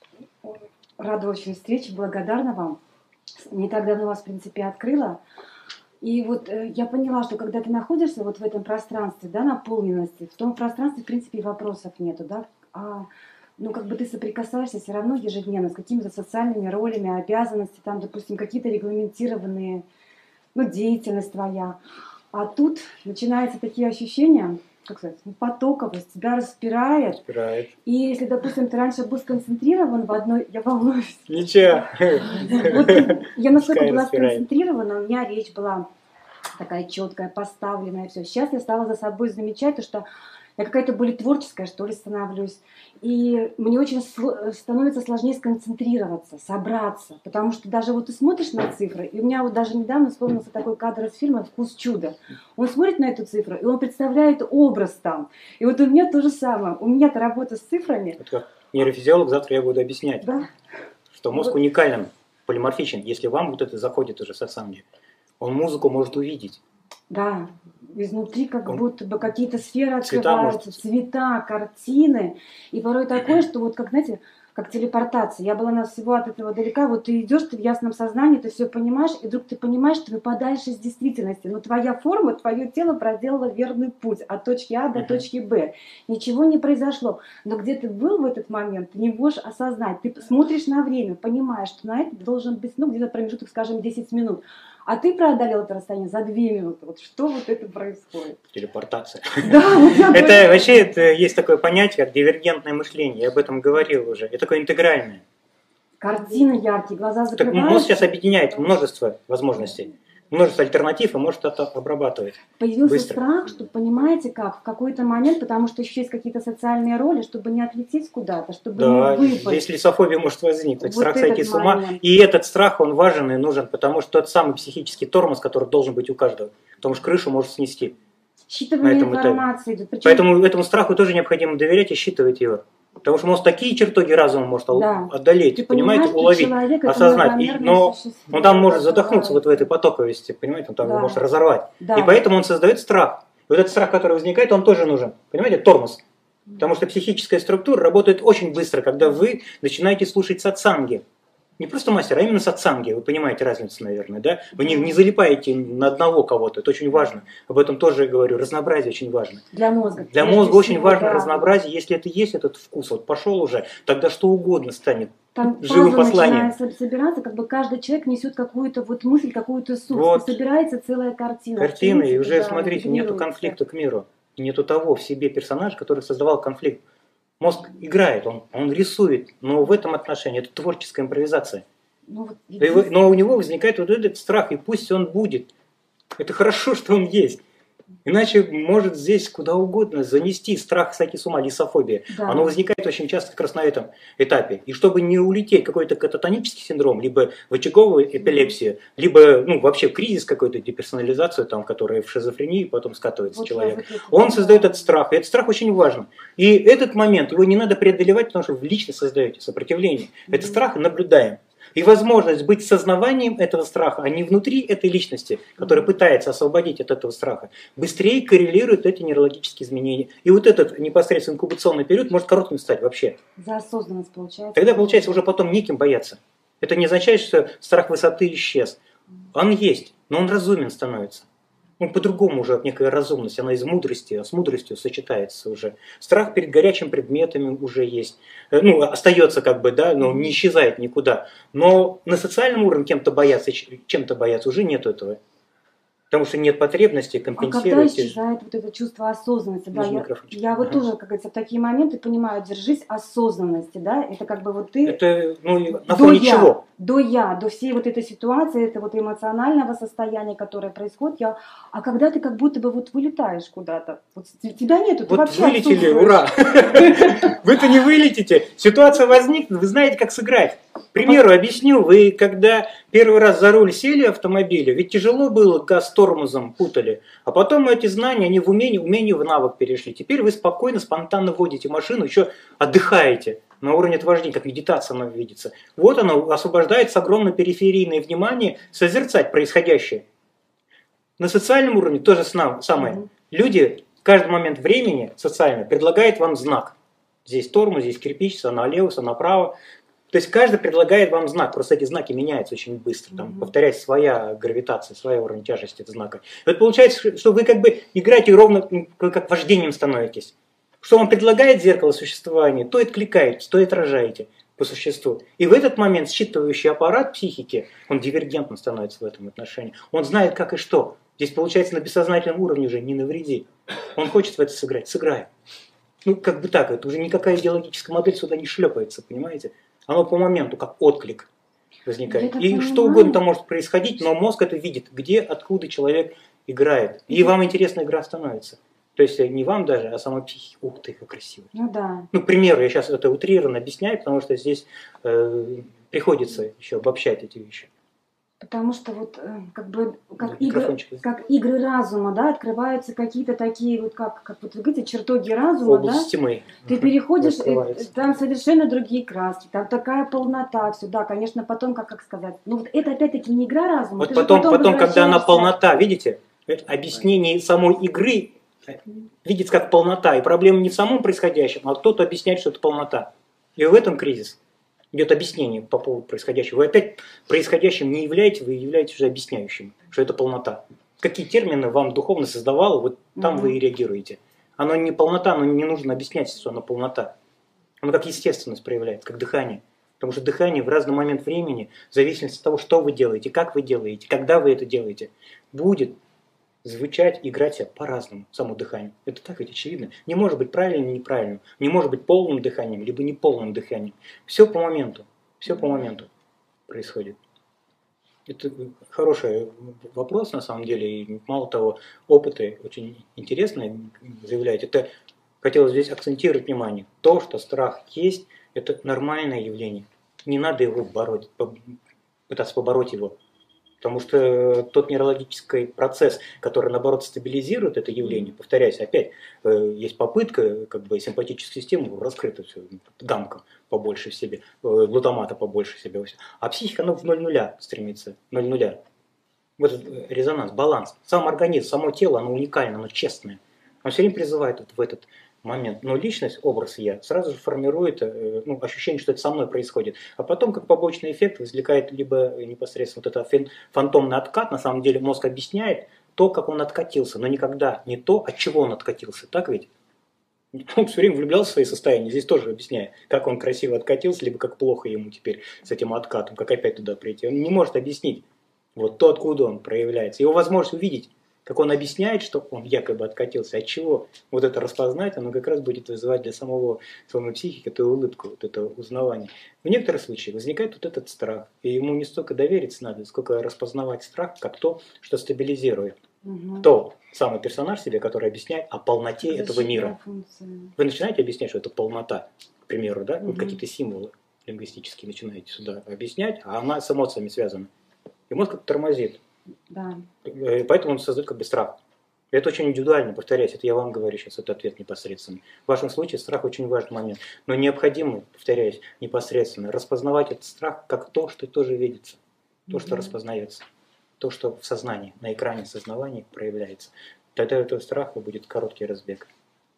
рада очень встрече, благодарна вам. Не так давно вас, в принципе, открыла. И вот э, я поняла, что когда ты находишься вот в этом пространстве, да, наполненности, в том пространстве, в принципе, и вопросов нету, да, а, ну, как бы ты соприкасаешься все равно ежедневно с какими-то социальными ролями, обязанностями, там, допустим, какие-то регламентированные, ну, деятельность твоя. А тут начинаются такие ощущения, как сказать, потоковость, тебя распирает. Распирает. И если, допустим, ты раньше был сконцентрирован в одной... Я волнуюсь. Ничего. Вот я настолько Пускай была распирает. сконцентрирована, у меня речь была такая четкая, поставленная, все. Сейчас я стала за собой замечать, то, что я какая-то более творческая, что ли, становлюсь. И мне очень сло- становится сложнее сконцентрироваться, собраться. Потому что даже вот ты смотришь на цифры, и у меня вот даже недавно вспомнился такой кадр из фильма «Вкус чуда». Он смотрит на эту цифру, и он представляет образ там. И вот у меня то же самое. У меня-то работа с цифрами. Вот как нейрофизиолог завтра я буду объяснять, Да. что мозг Вот. уникален, полиморфичен. Если вам вот это заходит уже в сатсанге, он музыку может увидеть. Да, изнутри как Он- будто бы какие-то сферы Цвета открываются, может- цвета, картины. И порой такое, что вот как, знаете, как телепортация. Я была на всего от этого далека. Вот ты идешь, ты в ясном сознании, ты все понимаешь, и вдруг ты понимаешь, что выпадаешь из действительности. Но твоя форма, твое тело проделало верный путь от точки А до Мгм. точки Б. Ничего не произошло. Но где ты был в этот момент, ты не можешь осознать. Ты смотришь на время, понимаешь, что на это должен быть, ну, где-то промежуток, скажем, десять минут. А ты преодолел это расстояние за две минуты. Вот что вот это происходит? Телепортация. Да, вот я Это говорю. вообще это, есть такое понятие, как дивергентное мышление. Я об этом говорил уже. Это такое интегральное. Картина яркие, глаза Так закрываются. мозг сейчас объединяет множество возможностей, множество альтернатив и может это обрабатывать. Появился Быстро. страх, что, понимаете как, в какой-то момент, потому что еще есть какие-то социальные роли, чтобы не отлететь куда-то, чтобы Да, не выпасть. здесь лесофобия может возникнуть, Вот страх этот сойти с ума. момент. И этот страх, он важен и нужен, потому что тот самый психический тормоз, который должен быть у каждого. потому что крышу может снести. На Считывание этом этапе. информации идет. Причем Поэтому этому страху тоже необходимо доверять и считывать его. Потому что мозг такие чертоги разума может Да. одолеть, ты понимаете, понимаешь, что уловить, человек это осознать. И- многомерное но существо, он там может да, задохнуться да. вот в этой потоковости, понимаете, он там его Да. может разорвать. Да. И поэтому он создает страх. И вот этот страх, который возникает, он тоже нужен. Понимаете, тормоз. Потому что психическая структура работает очень быстро, когда вы начинаете слушать сатсанги. Не просто мастера, а именно сатсанги. Вы понимаете разницу, наверное, да? Вы не, не залипаете на одного кого-то. Это очень важно. Об этом тоже я говорю. Разнообразие очень важно. Для мозга. Для прежде мозга очень всего, важно да. разнообразие. Если это есть, этот вкус, вот пошел уже, тогда что угодно станет Там живым пазл посланием. начинает со- собираться, как бы каждый человек несет какую-то вот мысль, какую-то суть. Вот. И собирается целая картина. Картины, В и принципе, уже, да, смотрите, нету интегрируется. конфликта к миру. Нету того в себе персонажа, который создавал конфликт. Мозг играет, он, он рисует, но в этом отношении это творческая импровизация. Ну, вот, И вы- Но у него возникает вот этот страх, и пусть он будет. Это хорошо, что он есть. Иначе может здесь куда угодно занести страх, сойти с ума, лисофобия. Да. Оно возникает очень часто как раз на этом этапе. И чтобы не улететь в какой-то кататонический синдром, либо в очаговую эпилепсию, либо ну, вообще кризис какой-то, деперсонализацию, там, которая в шизофрении потом скатывается Вот человек, я вот это- он создает этот страх. И этот страх очень важен. И этот момент, его не надо преодолевать, потому что вы лично создаете сопротивление. Этот страх наблюдаем. И возможность быть сознаванием этого страха, а не внутри этой личности, которая пытается освободить от этого страха, быстрее коррелируют эти нейрологические изменения. И вот этот непосредственно инкубационный период может коротким стать вообще. За осознанность получается. Тогда получается уже потом неким бояться. Это не означает, что страх высоты исчез. Он есть, но он разумен становится. Ну, по-другому уже некая разумность, она из мудрости, а с мудростью сочетается уже. Страх перед горячими предметами уже есть. Э, Ну, остается как бы, да, но не исчезает никуда. Но на социальном уровне кем-то бояться, ч- чем-то бояться уже нет этого. Потому что нет потребности А когда компенсировать. исчезает вот это чувство осознанности, да, Нижний я, микрофончик. я вот Ага. тоже, как говорится, в такие моменты понимаю, держись осознанности, да, это как бы вот ты Это, ну, и на до фоне я, чего? до я, до всей вот этой ситуации, это вот эмоционального состояния, которое происходит, я, а когда ты как будто бы вот вылетаешь куда-то, вот т- тебя нету, ты Вот вообще вылетели, отсутствуешь. ура! Вы-то не вылетите. Ситуация возникнет, вы знаете, как сыграть. К примеру, объясню, вы когда первый раз за руль сели автомобиля, ведь тяжело было, газ с тормозом путали, а потом эти знания, они в умение, умение в навык перешли. Теперь вы спокойно, спонтанно водите машину, еще отдыхаете. На уровне от вождения, как медитация она видится. Вот оно освобождается огромное периферийное внимание созерцать происходящее. На социальном уровне то же сна- самое. Мгм. Люди в каждый момент времени социально предлагают вам знак. Здесь тормоз, здесь кирпич, все налево, все направо. То есть каждый предлагает вам знак. Просто эти знаки меняются очень быстро. Там Мгм. повторяется своя гравитация, своя уровень тяжести этого знака. И вот получается, что вы как бы играете ровно, м, вы как вождением становитесь. Что вам предлагает зеркало существования, то и откликаетесь, то и отражаете по существу. И в этот момент считывающий аппарат психики, он дивергентно становится в этом отношении. Он знает как и что. Здесь получается на бессознательном уровне уже не навреди. Он хочет в это сыграть, сыграет. Ну, как бы так, это уже никакая идеологическая модель сюда не шлепается, понимаете? Оно по моменту, как отклик возникает. Я И так что понимаю. угодно там может происходить, но мозг это видит, где, откуда человек играет. И вам интересная игра становится. То есть не вам даже, а сама психика. Ух ты, как красиво. Ну да. Ну, к примеру, я сейчас это утрированно объясняю, потому что здесь э, приходится еще обобщать эти вещи. Потому что вот э, как бы как Да, игры, микрофончик. как игры разума, да, открываются какие-то такие вот как, как вот вы говорите, чертоги разума, Область да. тьмы. Ты переходишь, и Раскрывается. там совершенно другие краски, там такая полнота, все, да, конечно, потом, как, как сказать, ну вот это опять-таки не игра разума. Вот ты же потом, потом, когда она возвращаешься. полнота, видите, это объяснение самой игры видится как полнота. И проблема не в самом происходящем, а кто-то объясняет, что это полнота. И в этом кризис. Идет объяснение по поводу происходящего. Вы опять происходящим не являетесь, вы являетесь уже объясняющим, что это полнота. Какие термины вам духовно создавало, вот там Мгм. вы и реагируете. Оно не полнота, но не нужно объяснять, что оно полнота. Оно как естественность проявляется, как дыхание. Потому что дыхание в разный момент времени, в зависимости от того, что вы делаете, как вы делаете, когда вы это делаете, будет звучать, играть себя по-разному, само дыхание. Это так ведь очевидно. Не может быть правильным, неправильным. Не может быть полным дыханием, либо неполным дыханием. Все по моменту. Все по моменту происходит. Это хороший вопрос, на самом деле. И мало того, опыты очень интересные заявляют. Это хотелось здесь акцентировать внимание. То, что страх есть, это нормальное явление. Не надо его бороть, пытаться побороть его. Потому что тот нейрологический процесс, который, наоборот, стабилизирует это явление, повторяюсь, опять, есть попытка как бы симпатическую систему раскрыть все, гамкам побольше в себе, глутамата побольше в себе. А психика, она в ноль нуля стремится, ноль нуля. Вот этот резонанс, баланс. Сам организм, само тело, оно уникально, оно честное. Он все время призывает вот в этот момент. Но личность, образ я, сразу же формирует ну, ощущение, что это со мной происходит. А потом, как побочный эффект, возникает либо непосредственно вот этот фантомный откат. На самом деле мозг объясняет то, как он откатился, но никогда не то, от чего он откатился. Так ведь? Он все время влюблялся в свои состояния. Здесь тоже объясняет, как он красиво откатился, либо как плохо ему теперь с этим откатом, как опять туда прийти. Он не может объяснить вот то, откуда он проявляется. Его возможность увидеть, как он объясняет, что он якобы откатился, от чего вот это распознать, оно как раз будет вызывать для самого самой психики эту улыбку, вот это узнавание. В некоторых случаях возникает вот этот страх, и ему не столько довериться надо, сколько распознавать страх как то, что стабилизирует. Угу. То самый персонаж себе, который объясняет о полноте Защитная этого мира. Функция. Вы начинаете объяснять, что это полнота, к примеру, да? Угу. Вот какие-то символы лингвистические начинаете сюда объяснять, а она с эмоциями связана. И мозг как-то тормозит. Да. Поэтому он создает как бы страх. Это очень индивидуально, повторяюсь, это я вам говорю сейчас, это ответ непосредственно. В вашем случае страх очень важный момент. Но необходимо, повторяюсь, непосредственно распознавать этот страх как то, что тоже видится. То, что mm-hmm. распознается. То, что в сознании, на экране сознавания проявляется. Тогда этого страха будет короткий разбег.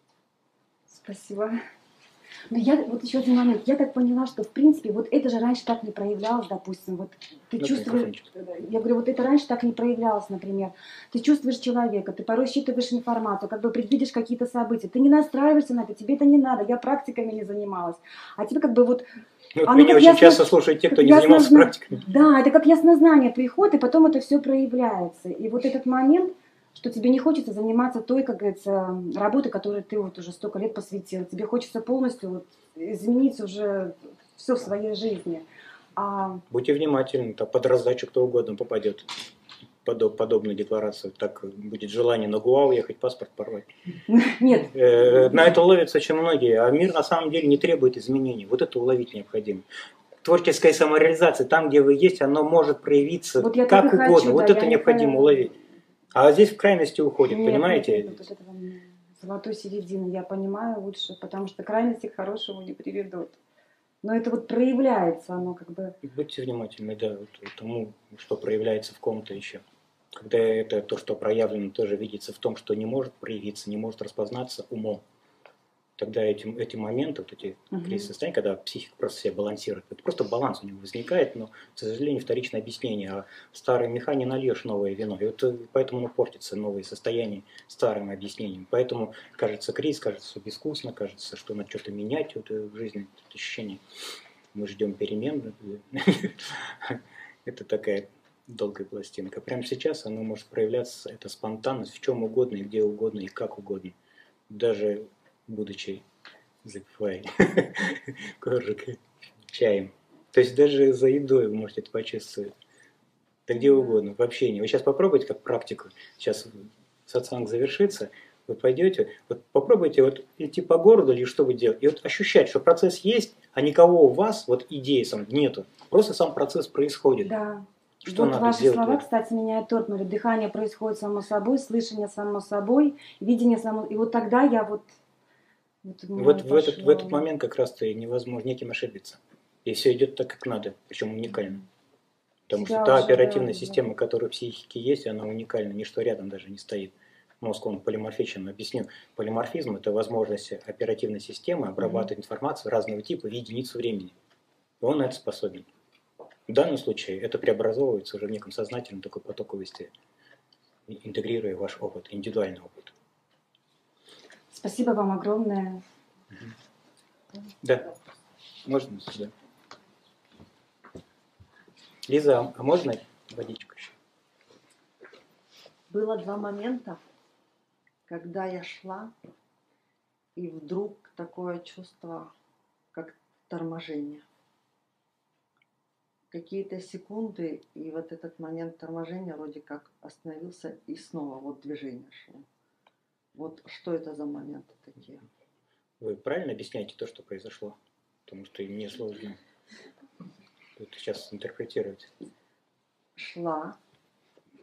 Спасибо. Но я, вот еще один момент, я так поняла, что в принципе вот это же раньше так не проявлялось, допустим, вот ты ну, чувствуешь, я говорю, вот это раньше так не проявлялось, например, ты чувствуешь человека, ты порой считываешь информацию, как бы предвидишь какие-то события, ты не настраиваешься на это, тебе это не надо, я практиками не занималась, а тебе как бы вот... Ну, вот меня очень ясно, часто слушают те, кто не занимался ясно, практиками. Да, это как яснознание приходит, и потом это все проявляется, и вот этот момент... что тебе не хочется заниматься той, как говорится, работой, которой ты вот уже столько лет посвятил. Тебе хочется полностью вот изменить уже все в своей жизни. А... Будьте внимательны, то под раздачу кто угодно попадет под подобную декларацию. Так будет желание на Гуа уехать, паспорт порвать. Нет. На это ловятся очень многие. А мир на самом деле не требует изменений. Вот это уловить необходимо. Творческая самореализация, там, где вы есть, оно может проявиться вот как угодно. Хочу, вот да, это необходимо не уловить. А здесь в крайности уходит, нет, понимаете? Нет, вот этого золотой середины, я понимаю лучше, потому что крайности к хорошему не приведут. Но это вот проявляется, оно как бы... Будьте внимательны, да, вот, тому, что проявляется в ком-то еще. Когда это то, что проявлено, тоже видится в том, что не может проявиться, не может распознаться умом. Тогда эти, эти моменты, вот эти uh-huh. кризисные состояния, когда психика просто себя балансирует, это просто баланс у него возникает, но, к сожалению, вторичное объяснение. А в старой механе нальешь новое вино. И вот поэтому оно портится, новые состояния старым объяснением. Поэтому, кажется, кризис, кажется, что безвкусно, кажется, что надо что-то менять вот, в жизни, это ощущение. Мы ждем перемен. Это такая долгая пластинка. Прямо сейчас оно может проявляться, эта спонтанность в чем угодно, и где угодно, и как угодно. Даже будучи запивая коржик чаем. То есть даже за едой вы можете это почувствовать. Да где угодно, в общении. Вы сейчас попробуйте как практику. Сейчас сатсанг завершится. Вы пойдете, вот попробуйте вот идти по городу или что вы делаете. И вот ощущать, что процесс есть, а никого у вас, вот идеи сам нету. Просто сам процесс происходит. Да. Что вот ваши делать? Слова, кстати, меняют торкнули. Дыхание происходит само собой, слышание само собой, видение само. И вот тогда я вот... Вот, вот в, этот, в этот момент как раз-то и невозможно неким ошибиться. И все идет так, как надо, причем уникально. Потому Себя что та оперативная да, система, да. которая в психике есть, она уникальна, ничто рядом даже не стоит. Мозг, он полиморфичен, объясню. Полиморфизм – это возможность оперативной системы обрабатывать mm-hmm. информацию разного типа в единицу времени. И он на это способен. В данном случае это преобразовывается уже в неком сознательном такой потоковости, интегрируя ваш опыт, индивидуальный опыт. Спасибо вам огромное. Да, можно сюда. Лиза, а можно водичку еще? Было два момента, когда я шла, и вдруг такое чувство, как торможение. Какие-то секунды, и вот этот момент торможения вроде как остановился, и снова вот движение шло. Вот что это за моменты такие? Вы правильно объясняете то, что произошло? Потому что мне сложно это сейчас интерпретировать. Шла,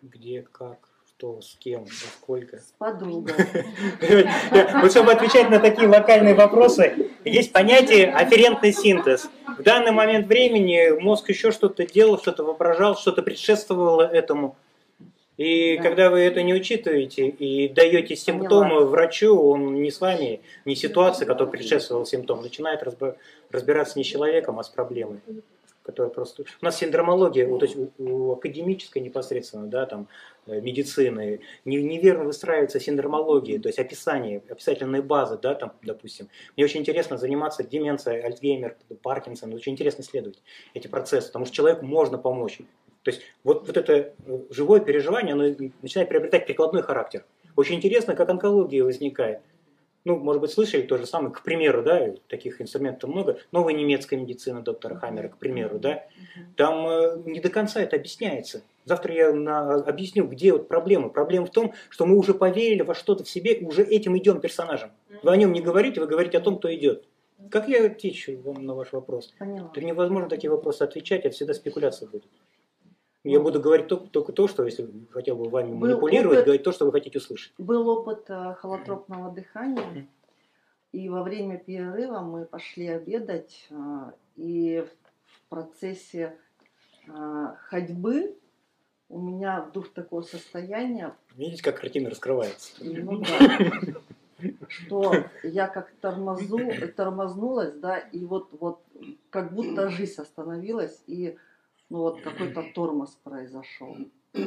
где, как, что, с кем, во сколько. С подругой. Вот чтобы отвечать на такие локальные вопросы, есть понятие афферентный синтез. В данный момент времени мозг еще что-то делал, что-то воображал, что-то предшествовало этому. И Да. когда вы это не учитываете и даете симптомы Поняла. врачу, он не с вами, не ситуация, которая предшествовала симптом, начинает разб- разбираться не с человеком, а с проблемой. Которая просто... У нас синдромология, вот, то есть у, у академической непосредственно, да, там, э, медицины, не- неверно выстраивается синдромология, то есть описание, описательные базы, да, там, допустим. Мне очень интересно заниматься деменцией, Альцгеймер, Паркинсон, очень интересно исследовать эти процессы, потому что человеку можно помочь. То есть вот, вот это э, живое переживание, оно начинает приобретать прикладной характер. Очень интересно, как онкология возникает. Ну, может быть, слышали то же самое, к примеру, да, таких инструментов много. Новая немецкая медицина доктора Хаммера, к примеру, да. Там э, не до конца это объясняется. Завтра я на, объясню, где вот проблема. Проблема в том, что мы уже поверили во что-то в себе, уже этим идем персонажем. Вы о нем не говорите, вы говорите о том, кто идет. Как я отвечу вам на ваш вопрос? Поняла. Это невозможно такие вопросы отвечать, это всегда спекуляция будет. Я буду говорить только, только то, что, если хотел бы вами Был манипулировать, опыт- говорить то, что вы хотите услышать. Был опыт э, холотропного дыхания, и во время перерыва мы пошли обедать, э, и в процессе э, ходьбы у меня вдруг такое состояние, Видите, как картина раскрывается. ну да, что я как тормозу, тормознулась, да, и вот, вот как будто жизнь остановилась, и ну вот какой-то тормоз произошел.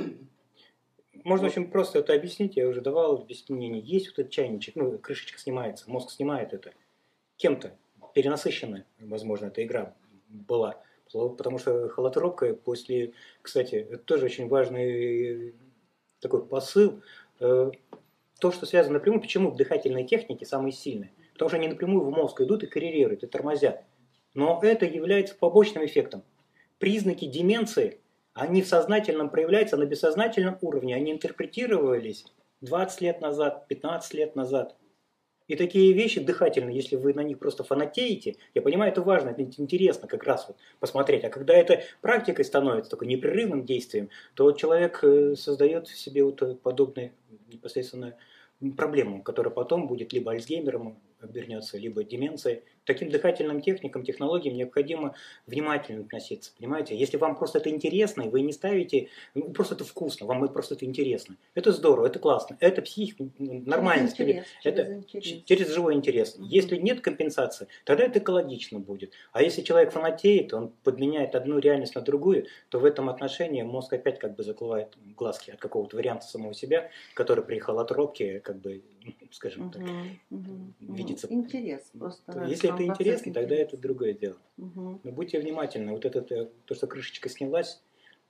Можно очень просто это объяснить, я уже давал объяснение. Есть вот этот чайничек, ну, крышечка снимается, мозг снимает это. Кем-то перенасыщенная, возможно, эта игра была. Потому что холотропка после, кстати, это тоже очень важный такой посыл. То, что связано напрямую, почему дыхательные техники самые сильные? Потому что они напрямую в мозг идут и коррелируют, и тормозят. Но это является побочным эффектом. Признаки деменции, они в сознательном проявляются, на бессознательном уровне. Они интерпретировались двадцать лет назад, пятнадцать лет назад. И такие вещи дыхательные, если вы на них просто фанатеете, я понимаю, это важно, это интересно как раз вот посмотреть. А когда это практикой становится, такой непрерывным действием, то человек создает в себе вот подобные непосредственно проблему, которая потом будет либо Альцгеймером обернется, либо деменцией. Таким дыхательным техникам, технологиям необходимо внимательно относиться, понимаете? Если вам просто это интересно, и вы не ставите, ну, просто это вкусно, вам это просто это интересно. Это здорово, это классно, это психика, нормально. Через интерес, это через интерес. через живой интерес. Угу. Если нет компенсации, тогда это экологично будет. А если человек фанатеет, он подменяет одну реальность на другую, то в этом отношении мозг опять как бы закрывает глазки от какого-то варианта самого себя, который при холотропке, как бы, скажем так, угу, угу, видится. Интерес. Просто если это интересно, тогда интерес. это другое дело. Угу. Но будьте внимательны. Вот это, то, что крышечка снялась,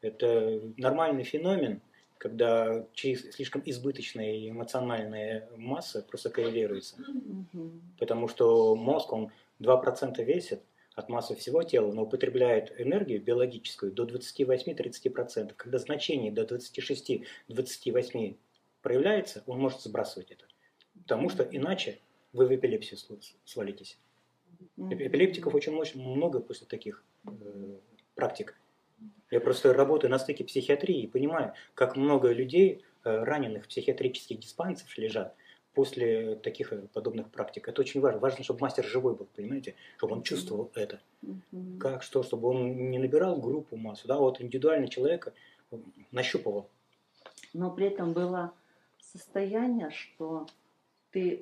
это нормальный феномен, когда слишком избыточная эмоциональная масса просто коррелируется. Угу. Потому что мозг, он два процента весит от массы всего тела, но употребляет энергию биологическую до двадцати восьми — тридцати процентов. Когда значение до двадцати шести — двадцати восьми проявляется, он может сбрасывать это. Потому что иначе вы в эпилепсию свалитесь. Эпилептиков очень много после таких э, практик. Я просто работаю на стыке психиатрии и понимаю, как много людей, э, раненых в психиатрических диспансерах, лежат после таких э, подобных практик. Это очень важно. Важно, чтобы мастер живой был, понимаете? Чтобы он чувствовал это. Как, что, чтобы он не набирал группу массу. Да, вот индивидуально человека нащупывал. Но при этом было состояние, что ты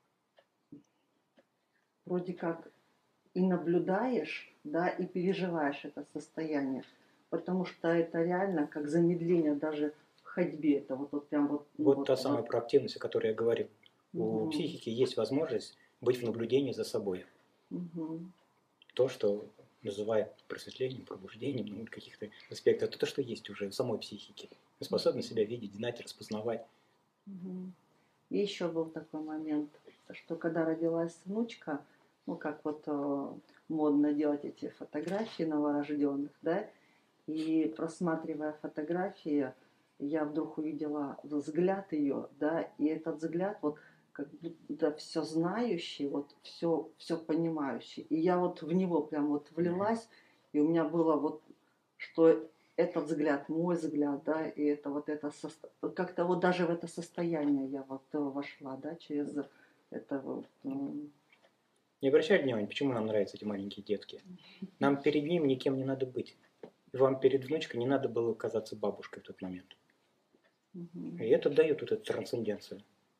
вроде как и наблюдаешь, да, и переживаешь это состояние, потому что это реально как замедление даже в ходьбе. Это вот, вот прям вот. Вот, вот та самая вот. проактивность, о которой я говорил. Угу. У психики есть возможность быть в наблюдении за собой. Угу. То, что называют просветлением, пробуждением, ну, каких-то аспектов, это то, что есть уже в самой психике. Мы способны себя видеть, знать, распознавать. Угу. И еще был такой момент, что когда родилась внучка, ну как вот э, модно делать эти фотографии новорожденных, да, и просматривая фотографии, я вдруг увидела взгляд ее, да, и этот взгляд вот как будто все знающий, вот все, все понимающий. И я вот в него прям вот влилась, и у меня было вот, что этот взгляд, мой взгляд, да, и это вот это состо... как-то вот даже в это состояние я вот э, вошла, да, через это вот. м, Не обращай внимания, почему нам нравятся эти маленькие детки. Нам перед ним никем не надо быть. И вам перед внучкой не надо было казаться бабушкой в тот момент. мгм, И это дает вот эту трансценденцию.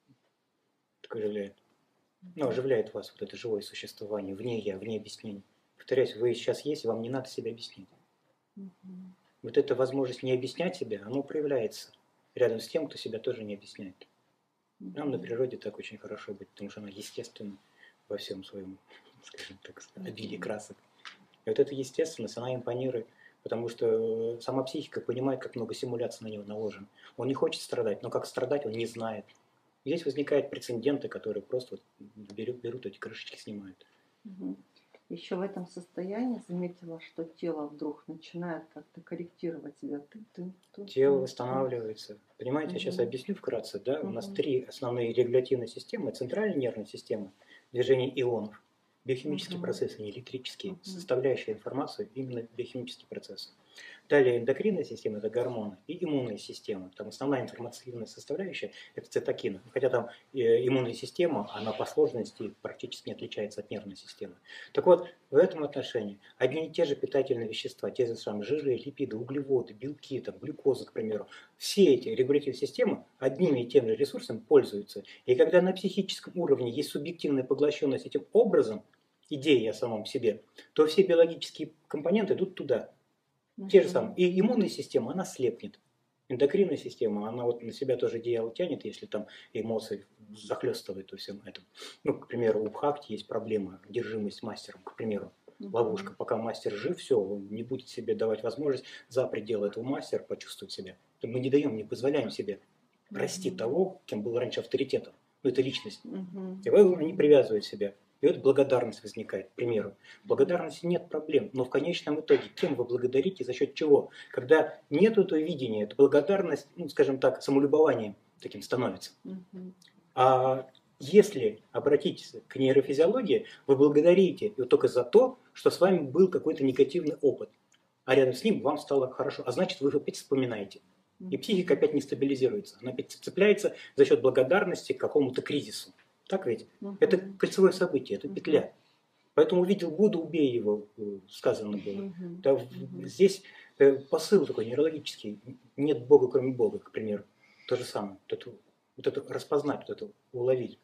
Так оживляет. Ну, оживляет вас вот это живое существование, вне я, вне объяснений. Повторяюсь, вы сейчас есть, и вам не надо себя объяснять. мгм, Вот эта возможность не объяснять себя, оно проявляется рядом с тем, кто себя тоже не объясняет. Нам на мгм, природе так очень хорошо быть, потому что она естественна во всем своем, скажем так, обилии красок. И вот эта естественность, она импонирует, потому что сама психика понимает, как много симуляций на него наложено. Он не хочет страдать, но как страдать он не знает. Здесь возникают прецеденты, которые просто вот берут, берут эти крышечки, снимают. мгм. Еще в этом состоянии заметила, что тело вдруг начинает как-то корректировать себя. Ты, ты, ты, Тело ты, восстанавливается. Понимаете, я сейчас Мгм. объясню вкратце. Да? У нас Мгм. три основные регулятивные системы. Центральная нервная система, движение ионов, биохимические Мгм. процессы, не электрические, Мгм. составляющая информацию именно биохимические процессы. Далее эндокринная система – это гормоны, и иммунная система. Там основная информационная составляющая – это цитокины. Хотя там э, иммунная система, она по сложности практически не отличается от нервной системы. Так вот, в этом отношении одни и те же питательные вещества, те же самые жиры, липиды, углеводы, белки, там, глюкоза, к примеру, все эти регулятивные системы одними и теми же ресурсами пользуются. И когда на психическом уровне есть субъективная поглощенность этим образом, идеи о самом себе, то все биологические компоненты идут туда. Те же самые. И иммунная система, она слепнет. Эндокринная система, она вот на себя тоже одеяло тянет, если там эмоции захлестывают во всем этом. Ну, к примеру, у Бхакти есть проблема, одержимость мастером, к примеру. Ловушка. Пока мастер жив, все, он не будет себе давать возможность за пределы этого мастера почувствовать себя. Мы не даем, не позволяем себе расти Мгм. того, кем был раньше авторитетом. Ну, это личность. Мгм. И вот они привязывают себя. И вот благодарность возникает, к примеру. В благодарности нет проблем, но в конечном итоге кем вы благодарите, за счет чего? Когда нет этого видения, эта благодарность, ну, скажем так, самолюбованием таким становится. Мгм. А если обратитесь к нейрофизиологии, вы благодарите ее только за то, что с вами был какой-то негативный опыт, а рядом с ним вам стало хорошо, а значит, вы опять вспоминаете. И психика опять не стабилизируется, она опять цепляется за счет благодарности к какому-то кризису. Так ведь? Мгм. Это кольцевое событие, это Мгм. петля. Поэтому увидел Будду, убей его, э, сказано было. Мгм. Да, в- Мгм. здесь э, посыл такой нейрологический. Нет Бога, кроме Бога, к примеру. То же самое. Вот это, вот это распознать, вот это уловить.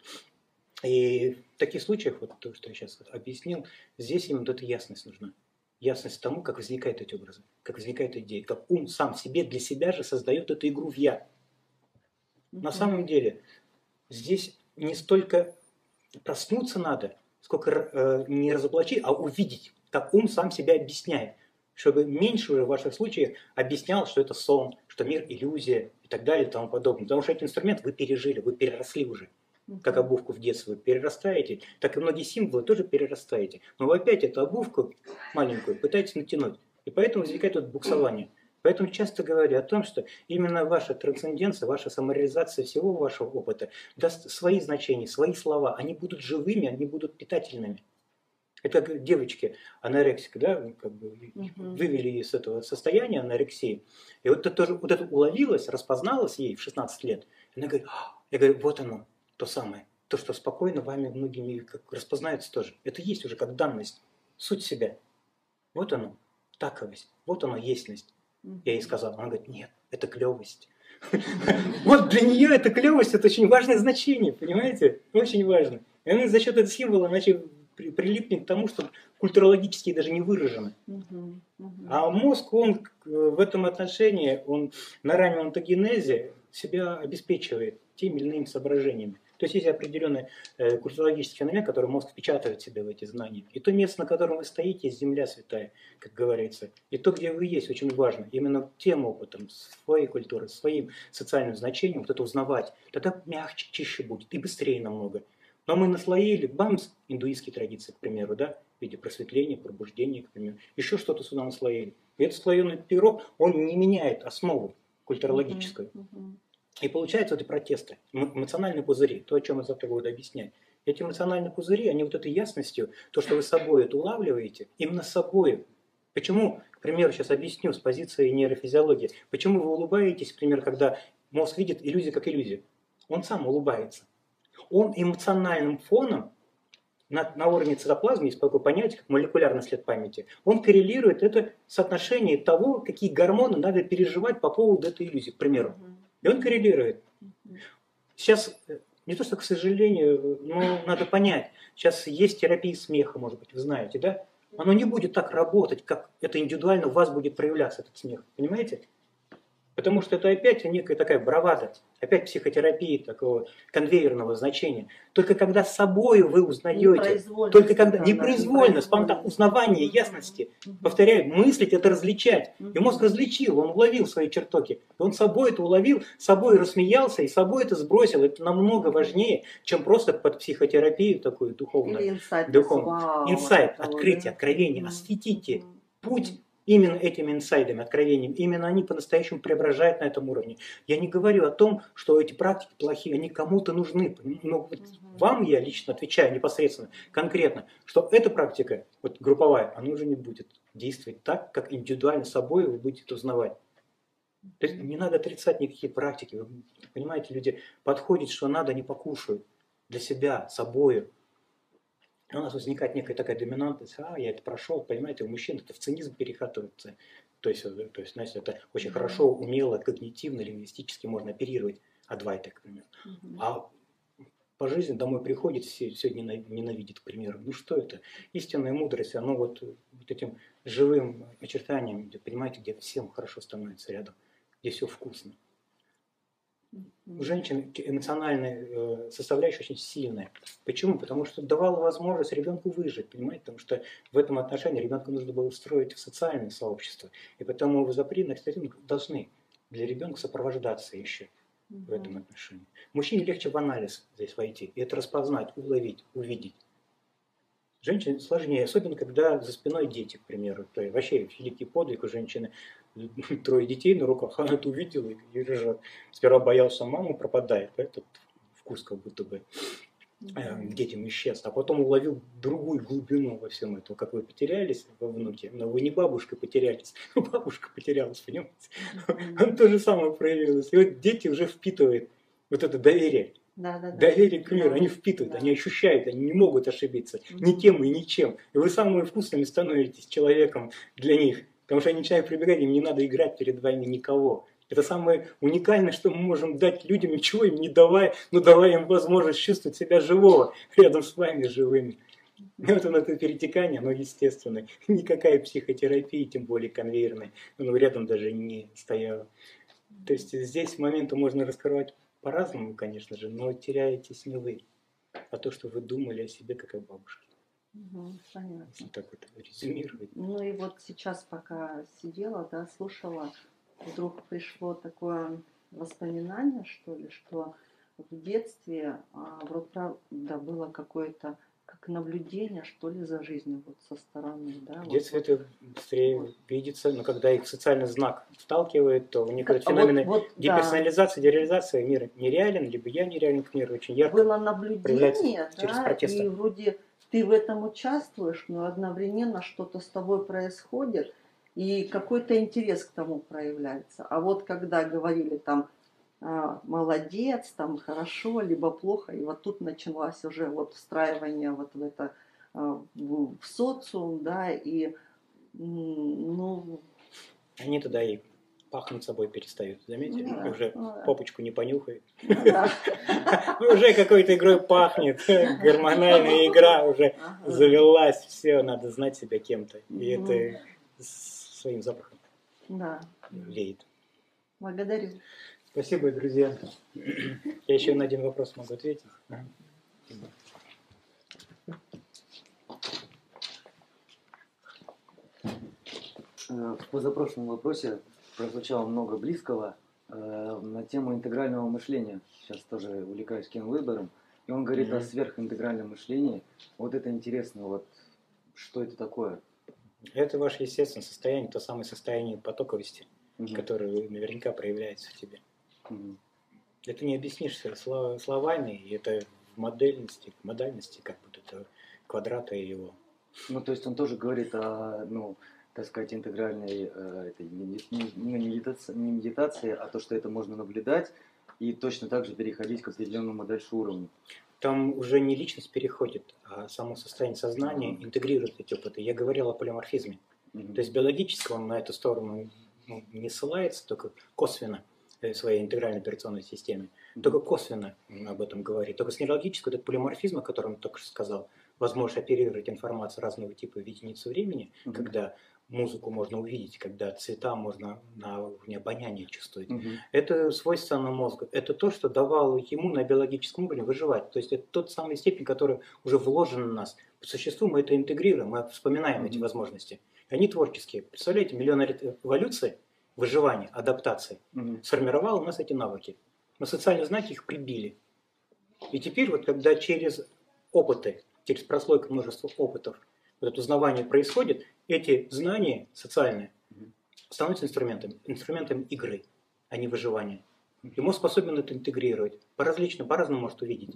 И в таких случаях, вот то, что я сейчас объяснил, здесь именно вот эта ясность нужна. Ясность тому, как возникают эти образы, как возникают идеи, как ум сам себе, для себя же создает эту игру в «я». На Мгм. самом деле, здесь не столько проснуться надо, сколько э, не разоблачить, а увидеть, как ум сам себя объясняет. Чтобы меньше уже в ваших случаях объяснял, что это сон, что мир иллюзия и так далее и тому подобное. Потому что этот инструмент вы пережили, вы переросли уже. Как Мгм. обувку в детстве вы перерастаете, так и многие символы тоже перерастаете. Но вы опять эту обувку маленькую пытаетесь натянуть. И поэтому возникает вот буксование. Поэтому часто говорю о том, что именно ваша трансценденция, ваша самореализация всего вашего опыта даст свои значения, свои слова. Они будут живыми, они будут питательными. Это как девочки анорексика, да, ну, как бы Мгм. вывели из этого состояния анорексии. И вот это тоже вот это уловилось, распозналось ей в шестнадцать лет. И она говорит, «А!» я говорю, вот оно, то самое. То, что спокойно вами многими как распознается тоже. Это есть уже как данность, суть себя. Вот оно, таковость, вот оно, естьность. Я ей сказал, она говорит, нет, это клевость. Вот для нее эта клевость, это очень важное значение, понимаете? Очень важно. И она за счет этого символа иначе при- прилипнет к тому, что культурологически даже не выражено. Мгм. Мгм. А мозг, он к- в этом отношении, он на раннем онтогенезе себя обеспечивает теми или иными соображениями. То есть есть определенный э, культурологический феномен, который мозг впечатывает себе в эти знания. И то место, на котором вы стоите, есть земля святая, как говорится. И то, где вы есть, очень важно. Именно тем опытом, своей культуры, своим социальным значением, вот это узнавать. Тогда мягче, чище будет и быстрее намного. Но мы наслоили, бамс, индуистские традиции, к примеру, да, в виде просветления, пробуждения, к примеру. Еще что-то сюда наслоили. И этот слоеный пирог, он не меняет основу культурологическую. Мгм. И получаются вот эти протесты, эмо- эмоциональные пузыри, то, о чем я завтра буду объяснять. Эти эмоциональные пузыри, они вот этой ясностью, то, что вы собой это улавливаете, именно собой. Почему К примеру, сейчас объясню с позиции нейрофизиологии. Почему вы улыбаетесь, к примеру, когда мозг видит иллюзию как иллюзию? Он сам улыбается. Он эмоциональным фоном на, на уровне цитоплазмы, есть такое понятие, как молекулярный след памяти, он коррелирует это соотношение того, какие гормоны надо переживать по поводу этой иллюзии, к примеру. И он коррелирует. Сейчас, не то что, к сожалению, но надо понять, сейчас есть терапия смеха, может быть, вы знаете, да? Оно не будет так работать, как это индивидуально у вас будет проявляться, этот смех. Понимаете? Потому что это опять некая такая бравада, опять психотерапия такого конвейерного значения. Только когда с собой вы узнаете, только когда непроизвольно, спонтанно, узнавание, ясности, повторяю, мыслить это различать. И мозг различил, он уловил свои чертоки. И он собой это уловил, собой рассмеялся и собой это сбросил. Это намного важнее, чем просто под психотерапию такую духовную. Или инсайт. Духовную. Инсайт, открытие, откровение, осветите путь. Именно этими инсайдами, откровениями, именно они по-настоящему преображают на этом уровне. Я не говорю о том, что эти практики плохие, они кому-то нужны. Но вот вам я лично отвечаю непосредственно, конкретно, что эта практика, вот групповая, она уже не будет действовать так, как индивидуально собой вы будете узнавать. То есть не надо отрицать никакие практики. Вы понимаете, люди подходят, что надо, они покушают для себя, собою. У нас возникает некая такая доминантность, а, я это прошел, понимаете, у мужчин это в цинизм перехватывается. То есть, то есть, знаете, это очень хорошо, умело, когнитивно, лингвистически можно оперировать Адвайта, к примеру. Mm-hmm. А по жизни домой приходит, все, все ненавидит, к примеру. Ну что это? Истинная мудрость, оно вот, вот этим живым очертанием, где, понимаете, где всем хорошо становится рядом, где все вкусно. У женщин эмоциональная составляющая очень сильная. Почему? Потому что давала возможность ребенку выжить, понимаете? Потому что в этом отношении ребенку нужно было устроить в социальное сообщество. И потому вы запретных статей должны для ребенка сопровождаться еще mm-hmm. в этом отношении. Мужчине легче в анализ здесь войти. И это распознать, уловить, увидеть. Женщине сложнее, особенно когда за спиной дети, к примеру. То есть вообще великий подвиг у женщины. Трое детей на руках, она это увидела и лежат. Сперва боялся, мама пропадает, этот вкус как будто бы э, детям исчез. А потом уловил другую глубину во всем этом. Как вы потерялись во внуке, но вы не бабушкой потерялись, бабушка потерялась, понимаете? Он то же самое проявилось. И вот дети уже впитывают вот это доверие. Да, да, да. Доверие к миру, да, они впитывают, да. Они ощущают, они не могут ошибиться mm-hmm. ни тем и ничем. И вы самыми вкусными становитесь человеком для них. Потому что они начинают прибегать, им не надо играть перед вами никого. Это самое уникальное, что мы можем дать людям, ничего им не давая, но давая им возможность чувствовать себя живого, рядом с вами живыми. И вот оно, это перетекание, оно естественное. Никакая психотерапия, тем более конвейерная, оно рядом даже не стояло. То есть здесь моменты можно раскрывать по-разному, конечно же, но теряетесь не вы, а то, что вы думали о себе как о бабушке. Угу, понятно. Если так вот резюмировать. Ну и вот сейчас, пока сидела, да, слушала, вдруг пришло такое воспоминание, что ли, что в детстве а, вроде правда было какое-то как наблюдение, что ли, за жизнью вот со стороны, да. В детстве вот, это быстрее вот видится, но когда их социальный знак вталкивает, то некоторые а феномены вот, вот, деперсонализации, да. дереализации мира нереален, либо я нереален к миру, очень ярко было наблюдение, через да, протесты. И вроде ты в этом участвуешь, но одновременно что-то с тобой происходит, и какой-то интерес к тому проявляется. А вот когда говорили там молодец, там хорошо, либо плохо, и вот тут началось уже вот встраивание вот в это в социум, да, и ну... Они тогда и пахнуть собой перестают, заметили? Да, уже да. Попочку не понюхает. Да. Уже какой-то игрой пахнет, гормональная игра уже завелась, все, надо знать себя кем-то, и это своим запахом веет. Благодарю. Спасибо, друзья. Я еще на один вопрос могу ответить. В позапрошлом вопросе прозвучало много близкого э, на тему интегрального мышления. Сейчас тоже увлекаюсь Кен Вебером. И он говорит mm-hmm. о сверхинтегральном мышлении. Вот это интересно, вот что это такое? Это ваше естественное состояние, то самое состояние потоковости, mm-hmm. которое наверняка проявляется в тебе. Mm-hmm. Это не объяснишь словами, и это в модельности, модальности, как будто это квадрата его. Ну, то есть он тоже говорит о, ну, так сказать, интегральной э, этой, не, не, не, медитации, не медитации, а то, что это можно наблюдать и точно так же переходить к определенному дальше уровню. Там уже не личность переходит, а само состояние сознания интегрирует эти опыты. Я говорил о полиморфизме. Mm-hmm. То есть биологически он на эту сторону ну, не ссылается, только косвенно в своей интегральной операционной системе. Mm-hmm. Только косвенно об этом говорит. Только с нейрологического этот полиморфизм, о котором я только что сказал, возможность оперировать информацию разного типа в единицу времени, mm-hmm. когда музыку можно увидеть, когда цвета можно на уровне обоняния чувствовать. Угу. Это свойственно мозгу. Это то, что давало ему на биологическом уровне выживать. То есть это тот самый степень, который уже вложен в нас. По существу мы это интегрируем, мы вспоминаем угу. эти возможности. Они творческие. Представляете, миллионы лет эволюции, выживания, адаптации угу. сформировало у нас эти навыки. Но социальные знаки их прибили. И теперь вот когда через опыты, через прослойку множества опытов, вот это узнавание происходит, эти знания социальные становятся инструментами, инструментами игры, а не выживания. И мозг способен это интегрировать. По-различному, по-разному может увидеть